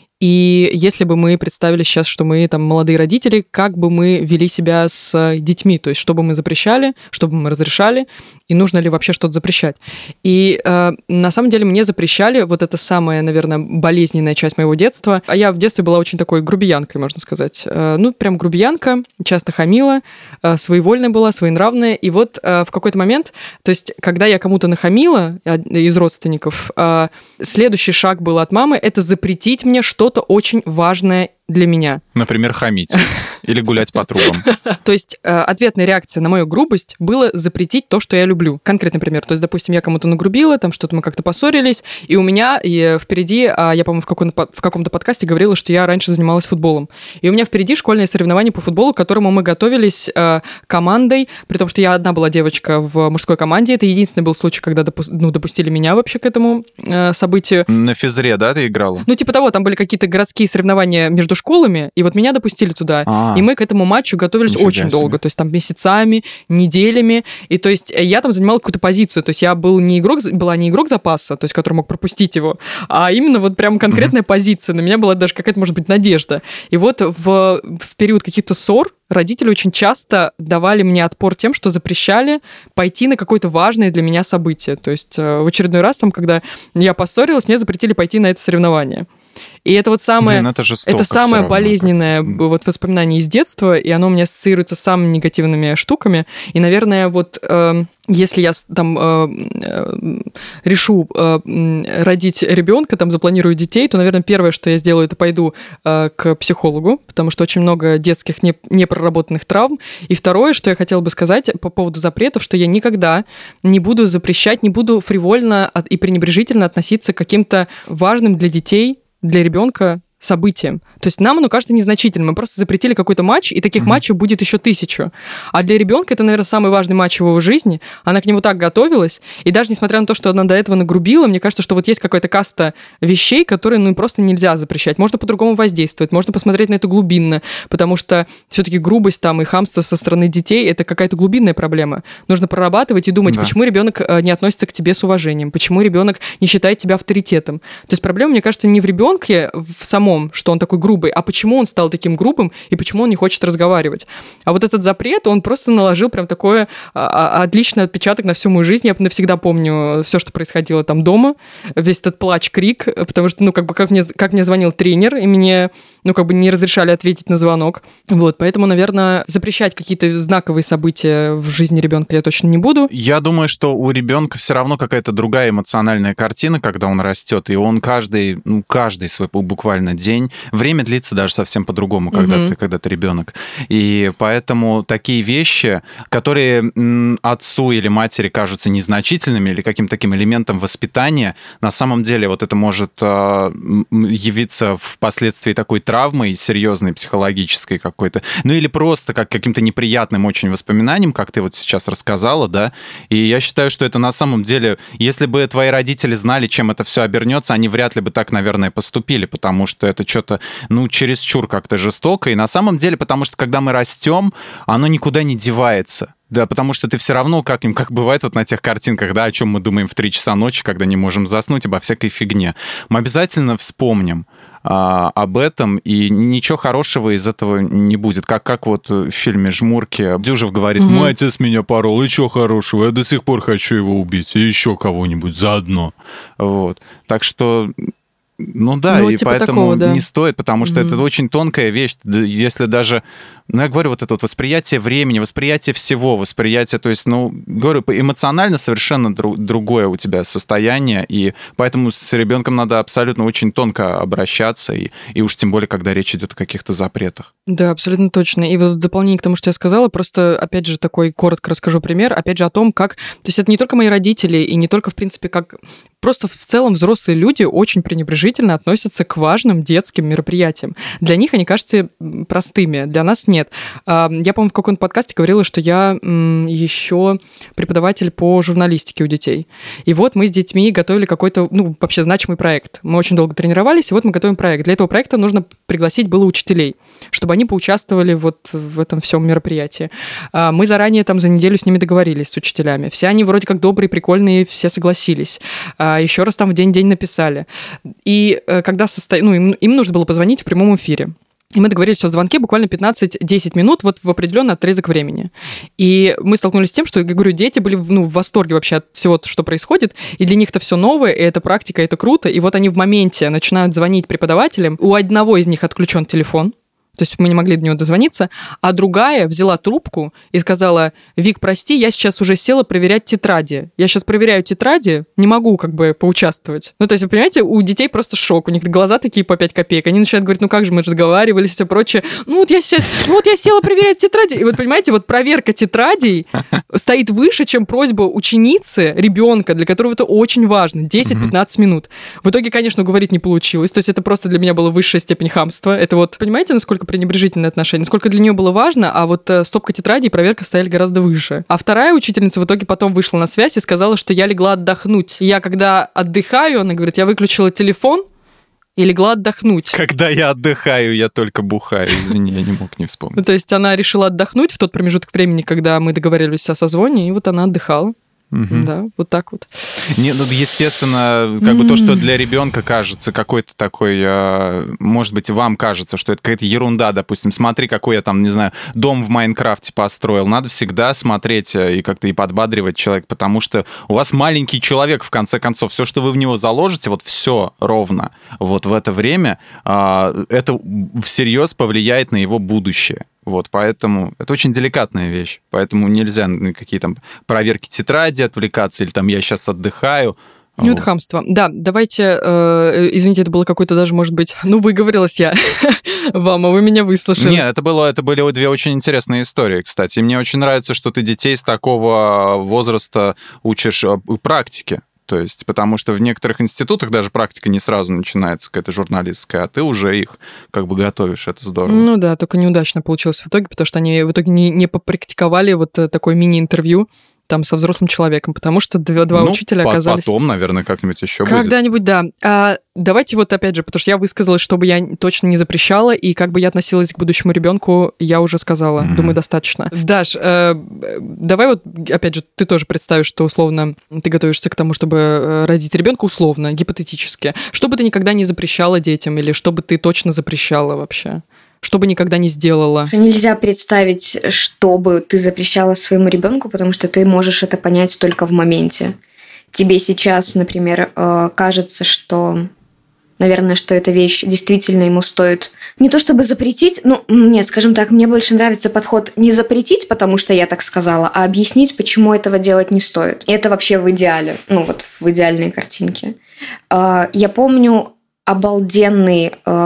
И если бы мы представили сейчас, что мы там молодые родители, как бы мы вели себя с детьми, то есть что бы мы запрещали, что бы мы разрешали, и нужно ли вообще что-то запрещать. И э, на самом деле мне запрещали, вот это самая, наверное, болезненная часть моего детства. А я в детстве была очень такой грубиянкой, можно сказать. Э, ну, прям грубиянка, часто хамила, э, своевольная была, своенравная. И вот э, в какой-то момент, то есть когда я кому-то нахамила из родственников, э, следующий шаг был от мамы — это запретить мне что-то очень важное для меня. Например, хамить или гулять по трубам. То есть э, ответная реакция на мою грубость было запретить то, что я люблю. Конкретный пример. То есть, допустим, я кому-то нагрубила, там что-то мы как-то поссорились, и у меня и впереди, а я, по-моему, в каком-то, в каком-то подкасте говорила, что я раньше занималась футболом. И у меня впереди школьное соревнование по футболу, к которому мы готовились э, командой, при том, что я одна была девочка в мужской команде. Это единственный был случай, когда допу- ну, допустили меня вообще к этому э, событию. На физре, да, ты играла? Ну, типа того, там были какие-то городские соревнования между школами, и вот меня допустили туда. А-а-а. И мы к этому матчу готовились Нифига очень себе. долго, то есть там месяцами, неделями, и то есть я там занимала какую-то позицию, то есть я был не игрок, была не игрок запаса, то есть который мог пропустить его, а именно вот прям конкретная mm-hmm. позиция, на меня была даже какая-то, может быть, надежда. И вот в, в период каких-то ссор родители очень часто давали мне отпор тем, что запрещали пойти на какое-то важное для меня событие. То есть в очередной раз, там, когда я поссорилась, мне запретили пойти на это соревнование. И это вот самое, Блин, это жестоко, это самое болезненное как-то. вот воспоминание из детства, и оно у меня ассоциируется с самыми негативными штуками. И, наверное, вот э, если я там э, э, решу э, родить ребенка, там запланирую детей, то, наверное, первое, что я сделаю, это пойду э, к психологу, потому что очень много детских не, непроработанных травм. И второе, что я хотела бы сказать по поводу запретов, что я никогда не буду запрещать, не буду фривольно и пренебрежительно относиться к каким-то важным для детей, для ребенка событием. То есть нам оно кажется незначительным. Мы просто запретили какой-то матч, и таких mm-hmm. матчей будет еще тысячу. А для ребенка это, наверное, самый важный матч в его жизни. Она к нему так готовилась. И даже несмотря на то, что она до этого нагрубила, мне кажется, что вот есть какая-то каста вещей, которые ну, просто нельзя запрещать. Можно по-другому воздействовать, можно посмотреть на это глубинно, потому что все-таки грубость там, и хамство со стороны детей — это какая-то глубинная проблема. Нужно прорабатывать и думать, да. почему ребенок не относится к тебе с уважением, почему ребенок не считает тебя авторитетом. То есть проблема, мне кажется, не в ребенке в самом, что он такой грубый, а почему он стал таким грубым и почему он не хочет разговаривать. А вот этот запрет, он просто наложил прям такой а, отличный отпечаток на всю мою жизнь. Я навсегда помню все, что происходило там дома, весь этот плач, крик, потому что, ну, как бы, как мне, как мне звонил тренер, и мне, ну, как бы не разрешали ответить на звонок. Вот, поэтому, наверное, запрещать какие-то знаковые события в жизни ребенка я точно не буду. Я думаю, что у ребенка все равно какая-то другая эмоциональная картина, когда он растет, и он каждый, ну, каждый свой буквально день. Время длится даже совсем по-другому, когда, mm-hmm. ты, когда ты ребенок. И поэтому такие вещи, которые м, отцу или матери кажутся незначительными или каким-то таким элементом воспитания, на самом деле вот это может э, явиться впоследствии такой травмой серьезной, психологической какой-то. Ну или просто как каким-то неприятным очень воспоминанием, как ты вот сейчас рассказала, да. И я считаю, что это на самом деле, если бы твои родители знали, чем это все обернется, они вряд ли бы так, наверное, поступили, потому что это что-то, ну, чересчур как-то жестоко. И на самом деле, потому что, когда мы растем, оно никуда не девается. Да, потому что ты все равно, как, как бывает вот на тех картинках, да, о чем мы думаем в три часа ночи, когда не можем заснуть, обо всякой фигне. Мы обязательно вспомним а, об этом, и ничего хорошего из этого не будет. Как, как вот в фильме «Жмурки» Дюжев говорит, мой отец меня порол, и чего хорошего, я до сих пор хочу его убить, и еще кого-нибудь заодно. Вот. Так что... Ну да, ну, и типа поэтому такого, да. не стоит, потому что mm-hmm. это очень тонкая вещь. Если даже ну, я говорю, вот это вот восприятие времени, восприятие всего, восприятие, то есть, ну, говорю, эмоционально совершенно дру- другое у тебя состояние, и поэтому с ребенком надо абсолютно очень тонко обращаться, и, и уж тем более, когда речь идет о каких-то запретах. Да, абсолютно точно. И вот в дополнение к тому, что я сказала, просто, опять же, такой коротко расскажу пример, опять же, о том, как... То есть это не только мои родители, и не только, в принципе, как... Просто в целом взрослые люди очень пренебрежительно относятся к важным детским мероприятиям. Для них они кажутся простыми, для нас нет. Я, по-моему, в каком-то подкасте говорила, что я еще преподаватель по журналистике у детей. И вот мы с детьми готовили какой-то, ну, вообще значимый проект. Мы очень долго тренировались, и вот мы готовим проект. Для этого проекта нужно пригласить было учителей, чтобы они поучаствовали вот в этом всем мероприятии. Мы заранее там за неделю с ними договорились, с учителями. Все они вроде как добрые, прикольные, все согласились. Еще раз там в день-день написали. И когда состо... ну, им, им нужно было позвонить в прямом эфире. И мы договорились о звонке буквально пятнадцать-десять минут вот в определенный отрезок времени. И мы столкнулись с тем, что, я говорю, дети были ну, в восторге вообще от всего, что происходит, и для них это все новое, и это практика, и это круто. И вот они в моменте начинают звонить преподавателям. У одного из них отключен телефон, то есть мы не могли до него дозвониться, а другая взяла трубку и сказала: «Вик, прости, я сейчас уже села проверять тетради. Я сейчас проверяю тетради, не могу как бы поучаствовать». Ну, то есть, вы понимаете, у детей просто шок, у них глаза такие по пять копеек. Они начинают говорить: ну как же, мы же договаривались и все прочее. Ну вот я сейчас, ну вот я села проверять тетради. И вот, понимаете, вот проверка тетрадей стоит выше, чем просьба ученицы, ребенка, для которого это очень важно, десять-пятнадцать минут. В итоге, конечно, уговорить не получилось. То есть это просто для меня была высшая степень хамства. Это вот, понимаете, насколько пренебрежительное отношение, насколько для нее было важно, а вот стопка тетрадей и проверка стояли гораздо выше. А вторая учительница в итоге потом вышла на связь и сказала, что я легла отдохнуть. Я когда отдыхаю, она говорит, я выключила телефон и легла отдохнуть. Когда я отдыхаю, я только бухаю. Извини, я не мог не вспомнить. Ну, то есть она решила отдохнуть в тот промежуток времени, когда мы договаривались о созвоне, и вот она отдыхала. Угу. Да, вот так вот. Не, ну, естественно, как бы то, что для ребенка кажется какой-то такой, может быть, вам кажется, что это какая-то ерунда, допустим, смотри, какой я там, не знаю, дом в Майнкрафте построил. Надо всегда смотреть и как-то и подбадривать человека, потому что у вас маленький человек, в конце концов, все, что вы в него заложите, вот все ровно. Вот в это время это всерьез повлияет на его будущее. Вот, поэтому это очень деликатная вещь. Поэтому нельзя на какие там проверки тетради отвлекаться, или там я сейчас отдыхаю. Не вот хамство. Да, давайте, э, извините, это было какое-то даже, может быть, ну, выговорилась я вам, а вы меня выслушали. Нет, это, было, это были две очень интересные истории, кстати. И мне очень нравится, что ты детей с такого возраста учишь практике. То есть, потому что в некоторых институтах даже практика не сразу начинается, какая-то журналистская, а ты уже их как бы готовишь, это здорово. Ну да, только неудачно получилось в итоге, потому что они в итоге не, не попрактиковали вот такое мини-интервью там со взрослым человеком, потому что два, два ну, учителя оказались... потом, наверное, как-нибудь еще будет. Когда-нибудь, да. А, давайте вот опять же, потому что я высказалась, чтобы я точно не запрещала, и как бы я относилась к будущему ребенку, я уже сказала. Mm-hmm. Думаю, достаточно. Даш, э, давай вот, опять же, ты тоже представишь, что условно ты готовишься к тому, чтобы родить ребенка условно, гипотетически. Что бы ты никогда не запрещала детям, или что бы ты точно запрещала вообще? Что бы никогда не сделала. Нельзя представить, что бы ты запрещала своему ребенку, потому что ты можешь это понять только в моменте. Тебе сейчас, например, кажется, что, наверное, что эта вещь действительно ему стоит не то чтобы запретить, ну, нет, скажем так, мне больше нравится подход не запретить, потому что я так сказала, а объяснить, почему этого делать не стоит. И это вообще в идеале, ну, вот в идеальной картинке. Я помню обалденный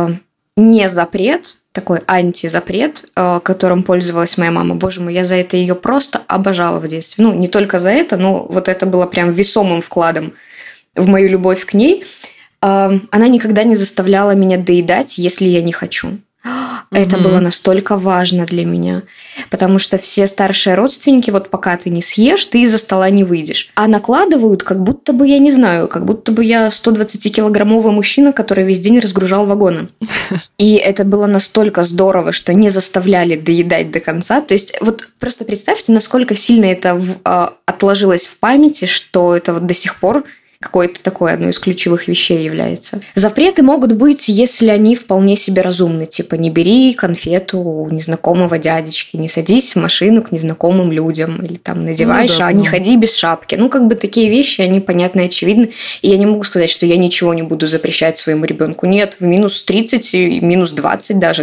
не запрет, такой антизапрет, которым пользовалась моя мама. Боже мой, я за это ее просто обожала в детстве. Ну, не только за это, но вот это было прям весомым вкладом в мою любовь к ней. Она никогда не заставляла меня доедать, если я не хочу. Это mm-hmm. было настолько важно для меня, потому что все старшие родственники, вот пока ты не съешь, ты из-за стола не выйдешь. А накладывают, как будто бы, я не знаю, как будто бы я сто двадцатикилограммовый мужчина, который весь день разгружал вагоны. И это было настолько здорово, что не заставляли доедать до конца. То есть вот просто представьте, насколько сильно это в, а, отложилось в памяти, что это вот до сих пор какое-то такое одно из ключевых вещей является. Запреты могут быть, если они вполне себе разумны. Типа, не бери конфету у незнакомого дядечки, не садись в машину к незнакомым людям, или там надевай ну, да, шапку, да. не ходи без шапки. Ну, как бы такие вещи, они понятны и очевидны. И я не могу сказать, что я ничего не буду запрещать своему ребенку. Нет, в минус тридцать, минус двадцать даже, да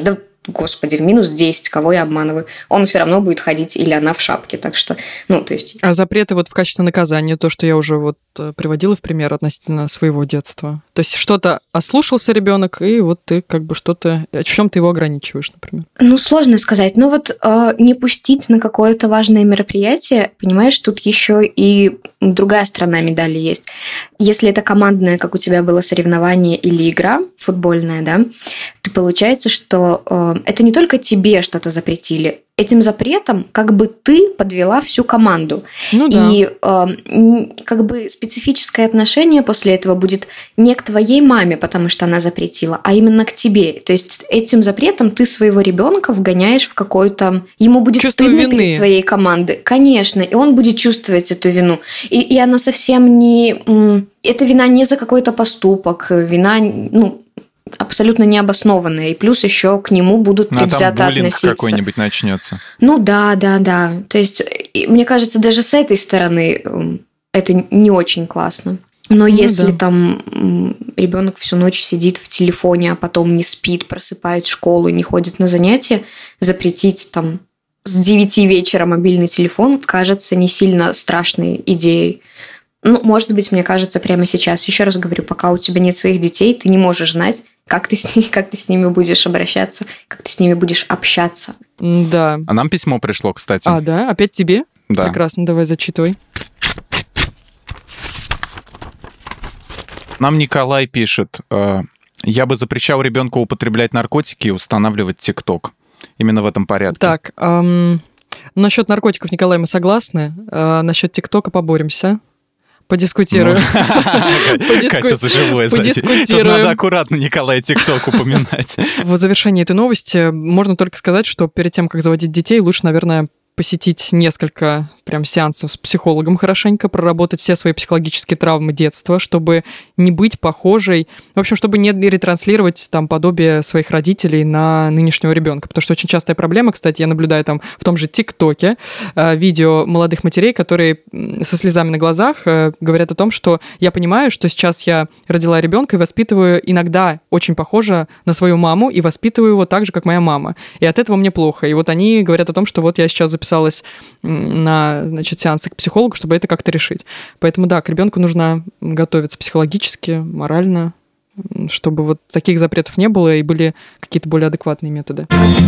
господи, в минус десять, кого я обманываю, он все равно будет ходить, или она в шапке, так что, ну, то есть... А запреты вот в качестве наказания, то, что я уже вот приводила в пример относительно своего детства. То есть что-то ослушался ребенок, и вот ты как бы что-то... В чем ты его ограничиваешь, например? Ну, сложно сказать. Ну, вот э, не пустить на какое-то важное мероприятие, понимаешь, тут еще и другая сторона медали есть. Если это командное, как у тебя было соревнование или игра футбольная, да, то получается, что э, это не только тебе что-то запретили, этим запретом как бы ты подвела всю команду. Ну, да. И э, как бы специфическое отношение после этого будет не к твоей маме, потому что она запретила, а именно к тебе. То есть этим запретом ты своего ребенка вгоняешь в какой-то... Ему будет чувство стыдно вины перед своей командой. Конечно, и он будет чувствовать эту вину. И, и она совсем не... Это вина не за какой-то поступок, вина... ну абсолютно необоснованное, и плюс еще к нему будут предвзято относиться. А там буллинг какой-нибудь начнется. Ну да, да, да. То есть, мне кажется, даже с этой стороны это не очень классно. Но ну, если да. там ребенок всю ночь сидит в телефоне, а потом не спит, просыпает школу, не ходит на занятия, запретить там с девяти вечера мобильный телефон кажется не сильно страшной идеей. Ну, может быть, мне кажется, прямо сейчас. Еще раз говорю, пока у тебя нет своих детей, ты не можешь знать, как ты с ними, как ты с ними будешь обращаться, как ты с ними будешь общаться. Да. А нам письмо пришло, кстати. А, да? Опять тебе? Да. Прекрасно, давай зачитывай. Нам Николай пишет: я бы запрещал ребенку употреблять наркотики и устанавливать ТикТок. Именно в этом порядке. Так, эм, насчет наркотиков, Николай, мы согласны. Э, насчет ТикТока поборемся. Подискутируем. Катя за живое сзади. Тут надо аккуратно Николая ТикТок упоминать. В завершении этой новости можно только сказать, что перед тем, как заводить детей, лучше, наверное, посетить несколько прям сеансов с психологом хорошенько, проработать все свои психологические травмы детства, чтобы не быть похожей, в общем, чтобы не ретранслировать там подобие своих родителей на нынешнего ребенка. Потому что очень частая проблема, кстати, я наблюдаю там в том же ТикТоке э, видео молодых матерей, которые со слезами на глазах э, говорят о том, что я понимаю, что сейчас я родила ребенка и воспитываю иногда очень похоже на свою маму и воспитываю его так же, как моя мама. И от этого мне плохо. И вот они говорят о том, что вот я сейчас записалась на, значит, сеансы к психологу, чтобы это как-то решить. Поэтому, да, к ребенку нужно готовиться психологически, морально, чтобы вот таких запретов не было и были какие-то более адекватные методы.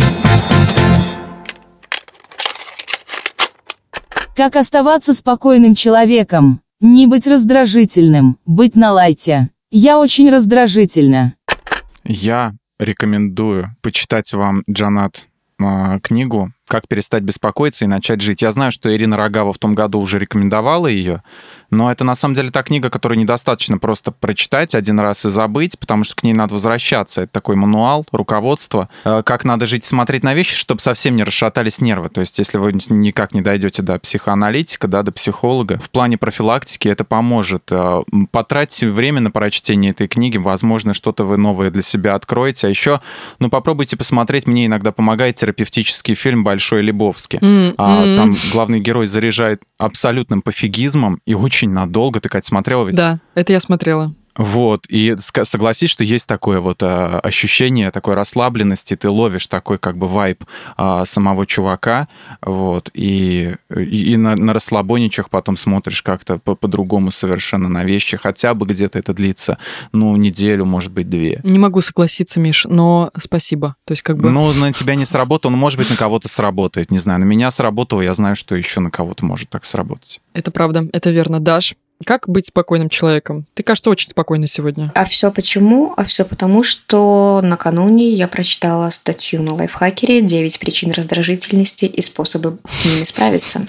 Как оставаться спокойным человеком? Не быть раздражительным, быть на лайте. Я очень раздражительна. Я рекомендую почитать вам, Джанат, книгу «Как перестать беспокоиться и начать жить». Я знаю, что Ирина Рогава в том году уже рекомендовала ее, но это на самом деле та книга, которую недостаточно просто прочитать один раз и забыть, потому что к ней надо возвращаться. Это такой мануал, руководство, как надо жить, смотреть на вещи, чтобы совсем не расшатались нервы. То есть если вы никак не дойдете до психоаналитика, да, до психолога, в плане профилактики это поможет. Потратьте время на прочтение этой книги, возможно, что-то вы новое для себя откроете. А еще, ну, попробуйте посмотреть, мне иногда помогает терапевтический фильм «Большой Лебовски». Mm-hmm. А, там главный герой заряжает абсолютным пофигизмом и очень надолго. Ты, Катя, смотрела ведь? Да, это я смотрела. Вот, и согласись, что есть такое вот а, ощущение такой расслабленности, ты ловишь такой как бы вайб а, самого чувака, вот, и, и, и на, на расслабоничах потом смотришь как-то по- по-другому совершенно на вещи, хотя бы где-то это длится, ну, неделю, может быть, две. Не могу согласиться, Миш, но спасибо, то есть как бы... Ну, на тебя не сработало, но, может быть, на кого-то сработает, не знаю, на меня сработало, я знаю, что еще на кого-то может так сработать. Это правда, это верно. Даш, как быть спокойным человеком? Ты, кажется, очень спокойна сегодня. А все почему? А все потому, что накануне я прочитала статью на Лайфхакере «девять причин раздражительности и способы с ними справиться».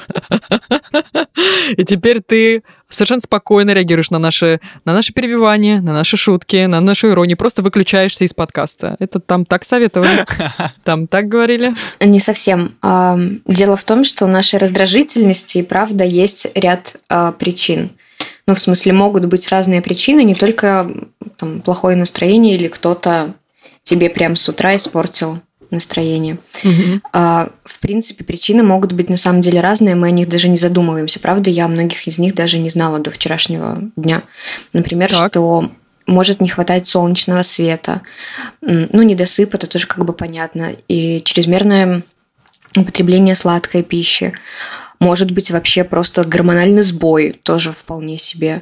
И теперь ты совершенно спокойно реагируешь на наши, на наши перебивания, на наши шутки, на нашу иронию, просто выключаешься из подкаста. Это там так советовали? Там так говорили? Не совсем. Дело в том, что у нашей раздражительности, правда, есть ряд причин. Ну, в смысле, могут быть разные причины, не только там, плохое настроение или кто-то тебе прям с утра испортил настроение. Угу. А, в принципе, причины могут быть на самом деле разные, мы о них даже не задумываемся. Правда, я о многих из них даже не знала до вчерашнего дня. Например, так. что может не хватать солнечного света. Ну, недосып, это тоже как бы понятно. И чрезмерное употребление сладкой пищи. Может быть, вообще просто гормональный сбой, тоже вполне себе.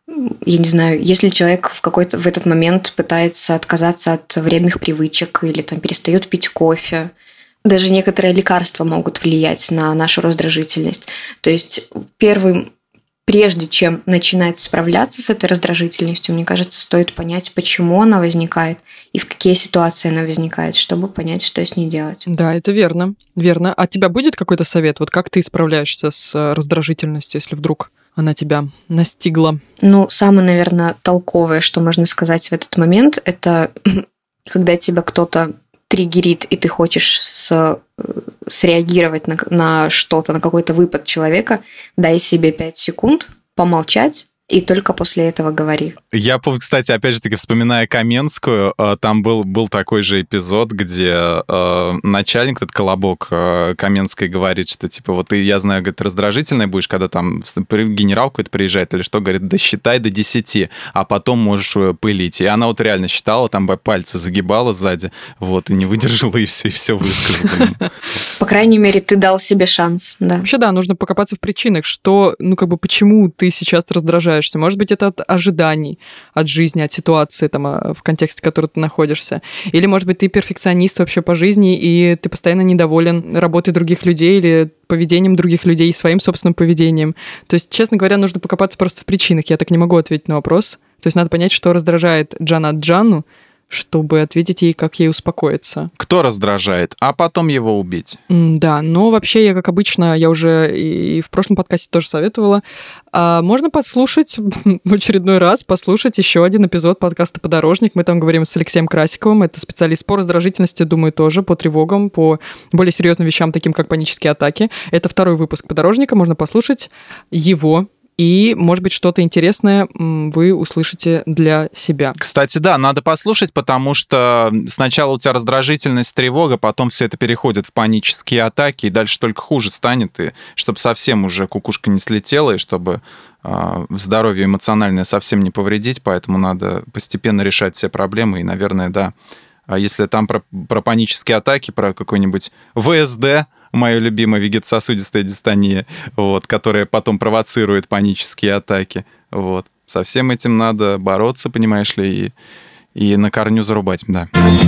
Я не знаю, если человек в какой-то в этот момент пытается отказаться от вредных привычек или там перестает пить кофе, даже некоторые лекарства могут влиять на нашу раздражительность. То есть первым, прежде чем начинать справляться с этой раздражительностью, мне кажется, стоит понять, почему она возникает и в какие ситуации она возникает, чтобы понять, что с ней делать. Да, это верно, верно. А у тебя будет какой-то совет? Вот как ты справляешься с раздражительностью, если вдруг она тебя настигла? Ну, самое, наверное, толковое, что можно сказать в этот момент, это когда тебя кто-то триггерит, и ты хочешь с, среагировать на, на что-то, на какой-то выпад человека, дай себе пять секунд помолчать, и только после этого говори. Я, кстати, опять же таки, вспоминая Каменскую, там был, был такой же эпизод, где э, начальник, этот Колобок э, Каменской, говорит, что, типа, вот ты, я знаю, говорит, раздражительной будешь, когда там генерал какой-то приезжает или что, говорит, да считай до десяти, а потом можешь пылить. И она вот реально считала, там пальцы загибала сзади, вот, и не выдержала, и все, и все высказала. По крайней мере, ты дал себе шанс, да. Вообще, да, нужно покопаться в причинах, что, ну, как бы, почему ты сейчас раздражаешься. Может быть, это от ожиданий, от жизни, от ситуации, там, в контексте, в котором ты находишься. Или, может быть, ты перфекционист вообще по жизни, и ты постоянно недоволен работой других людей или поведением других людей, и своим собственным поведением. То есть, честно говоря, нужно покопаться просто в причинах. Я так не могу ответить на вопрос. То есть, надо понять, что раздражает Джанат Джанну, чтобы ответить ей, как ей успокоиться. Кто раздражает, а потом его убить. Mm, да, но вообще я, как обычно, я уже и в прошлом подкасте тоже советовала, а можно послушать в очередной раз, послушать еще один эпизод подкаста «Подорожник». Мы там говорим с Алексеем Красиковым, это специалист по раздражительности, думаю, тоже, по тревогам, по более серьезным вещам, таким как панические атаки. Это второй выпуск «Подорожника», можно послушать его. И, может быть, что-то интересное вы услышите для себя. Кстати, да, надо послушать, потому что сначала у тебя раздражительность, тревога, потом все это переходит в панические атаки, и дальше только хуже станет, и чтобы совсем уже кукушка не слетела, и чтобы э, здоровье эмоциональное совсем не повредить, поэтому надо постепенно решать все проблемы, и, наверное, да, если там про, про панические атаки, про какой-нибудь ВСД, моя любимая вегетососудистая дистония, вот, которая потом провоцирует панические атаки. Вот. Со всем этим надо бороться, понимаешь ли, и, и на корню зарубать, да.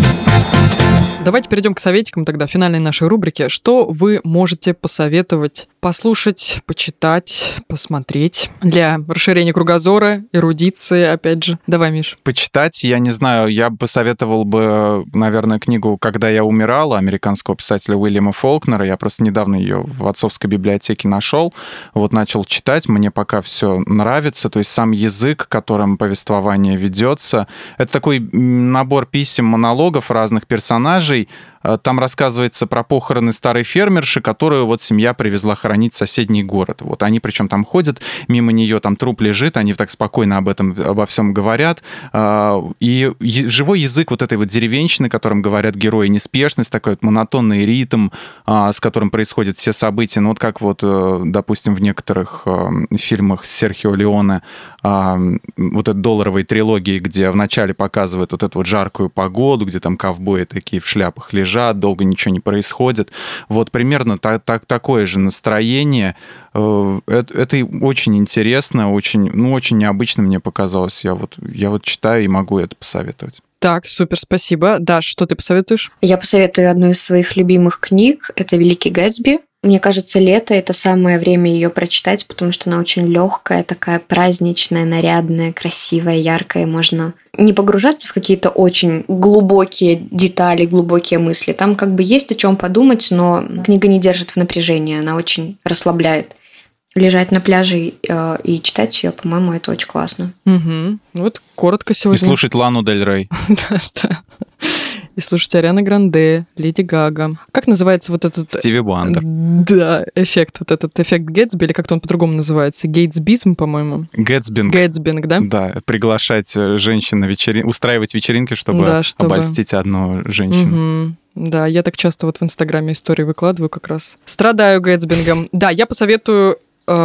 Давайте перейдем к советикам тогда, финальной нашей рубрике. Что вы можете посоветовать послушать, почитать, посмотреть для расширения кругозора, эрудиции, опять же? Давай, Миш. Почитать, я не знаю, я бы посоветовал бы, наверное, книгу «Когда я умирала» американского писателя Уильяма Фолкнера. Я просто недавно ее в отцовской библиотеке нашел, вот начал читать, мне пока все нравится, то есть сам язык, которым повествование ведется, это такой набор писем, монологов разных персонажей. Там рассказывается про похороны старой фермерши, которую вот семья привезла хоронить в соседний город. Вот они причем там ходят, мимо нее там труп лежит, они так спокойно об этом, обо всем говорят. И живой язык вот этой вот деревенщины, которым говорят герои, неспешность, такой вот монотонный ритм, с которым происходят все события. Ну вот как вот, допустим, в некоторых фильмах Серхио Леоне, вот этой долларовой трилогии, где вначале показывают вот эту вот жаркую погоду, где там ковбои такие в шляпах лежат, долго ничего не происходит. Вот примерно так, так, такое же настроение. Это, это очень интересно, очень, ну, очень необычно мне показалось. Я вот, я вот читаю и могу это посоветовать. Так, супер, спасибо. Даш, что ты посоветуешь? Я посоветую одну из своих любимых книг. Это «Великий Гэтсби». Мне кажется, лето – это самое время ее прочитать, потому что она очень легкая, такая праздничная, нарядная, красивая, яркая. Можно не погружаться в какие-то очень глубокие детали, глубокие мысли. Там как бы есть о чем подумать, но книга не держит в напряжении, она очень расслабляет. Лежать на пляже э, и читать ее, по-моему, это очень классно. Угу. Вот коротко сегодня. И слушать Лану Дель Рей. Да-да. И слушать Ариана Гранде, Леди Гага. Как называется вот этот... Стиви Уандер. Да, эффект, вот этот эффект Гэтсби, или как-то он по-другому называется? Гейтсбизм, по-моему. Гэтсбинг. Гэтсбинг, да? Да, приглашать женщин на вечеринки, устраивать вечеринки, чтобы, да, чтобы... обольстить одну женщину. Угу. Да, я так часто вот в Инстаграме истории выкладываю как раз. Страдаю гэтсбингом. Да, я посоветую... Э,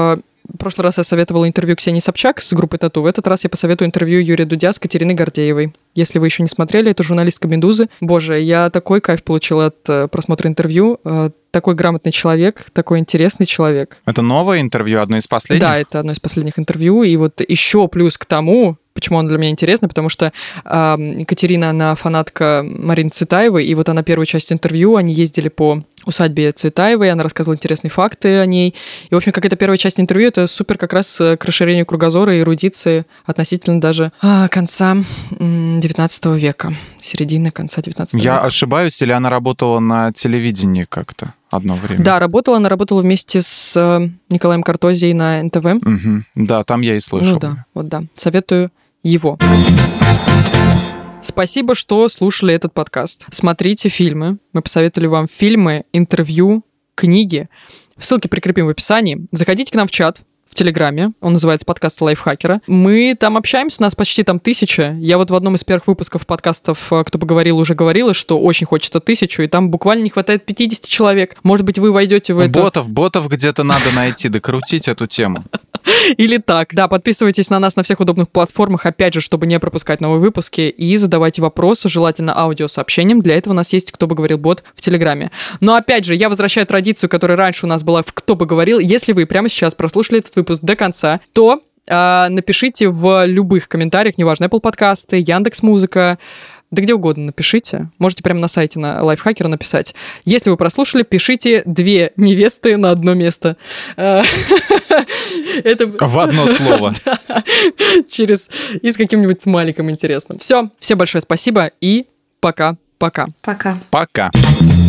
В прошлый раз я советовала интервью Ксении Собчак с группой «Тату». В этот раз я посоветую интервью Юрия Дудя с Катериной Гордеевой. Если вы еще не смотрели, это журналистка «Медузы». Боже, я такой кайф получила от просмотра интервью. Такой грамотный человек, такой интересный человек. Это новое интервью, одно из последних? Да, это одно из последних интервью. И вот еще плюс к тому... Почему оно для меня интересно? Потому что э, Екатерина, она фанатка Марины Цветаевой, и вот она первую часть интервью, они ездили по усадьбе Цветаевой, она рассказывала интересные факты о ней. И, в общем, как это первая часть интервью, это супер как раз к расширению кругозора и эрудиции относительно даже э, конца девятнадцатого века, середины конца девятнадцатого Я века. Я ошибаюсь, или она работала на телевидении как-то одно время? Да, работала, она работала вместе с Николаем Картозией на эн тэ вэ. Угу. Да, там я и слышал. Ну да, вот да. Советую его. Спасибо, что слушали этот подкаст. Смотрите фильмы. Мы посоветовали вам фильмы, интервью, книги. Ссылки прикрепим в описании. Заходите к нам в чат в Телеграме. Он называется «Подкаст Лайфхакера». Мы там общаемся, нас почти там тысяча. Я вот в одном из первых выпусков подкастов «Кто бы говорил» уже говорила, что очень хочется тысячу, и там буквально не хватает пятьдесят человек. Может быть, вы войдете в это... Ботов, ботов где-то надо найти, докрутить эту тему. Или так. Да, подписывайтесь на нас на всех удобных платформах, опять же, чтобы не пропускать новые выпуски, и задавайте вопросы, желательно аудиосообщением. Для этого у нас есть «Кто бы говорил» бот в Телеграме. Но опять же, я возвращаю традицию, которая раньше у нас была в «Кто бы говорил». Если вы прямо сейчас прослушали этот выпуск до конца, то э, напишите в любых комментариях, неважно, Apple подкасты, Яндекс.Музыка, да где угодно напишите. Можете прямо на сайте на Лайфхакера написать. Если вы прослушали, пишите «две невесты на одно место». Это... В одно слово. Через... И с каким-нибудь смайликом интересным. Все. Всем большое спасибо и пока-пока. Пока. Пока.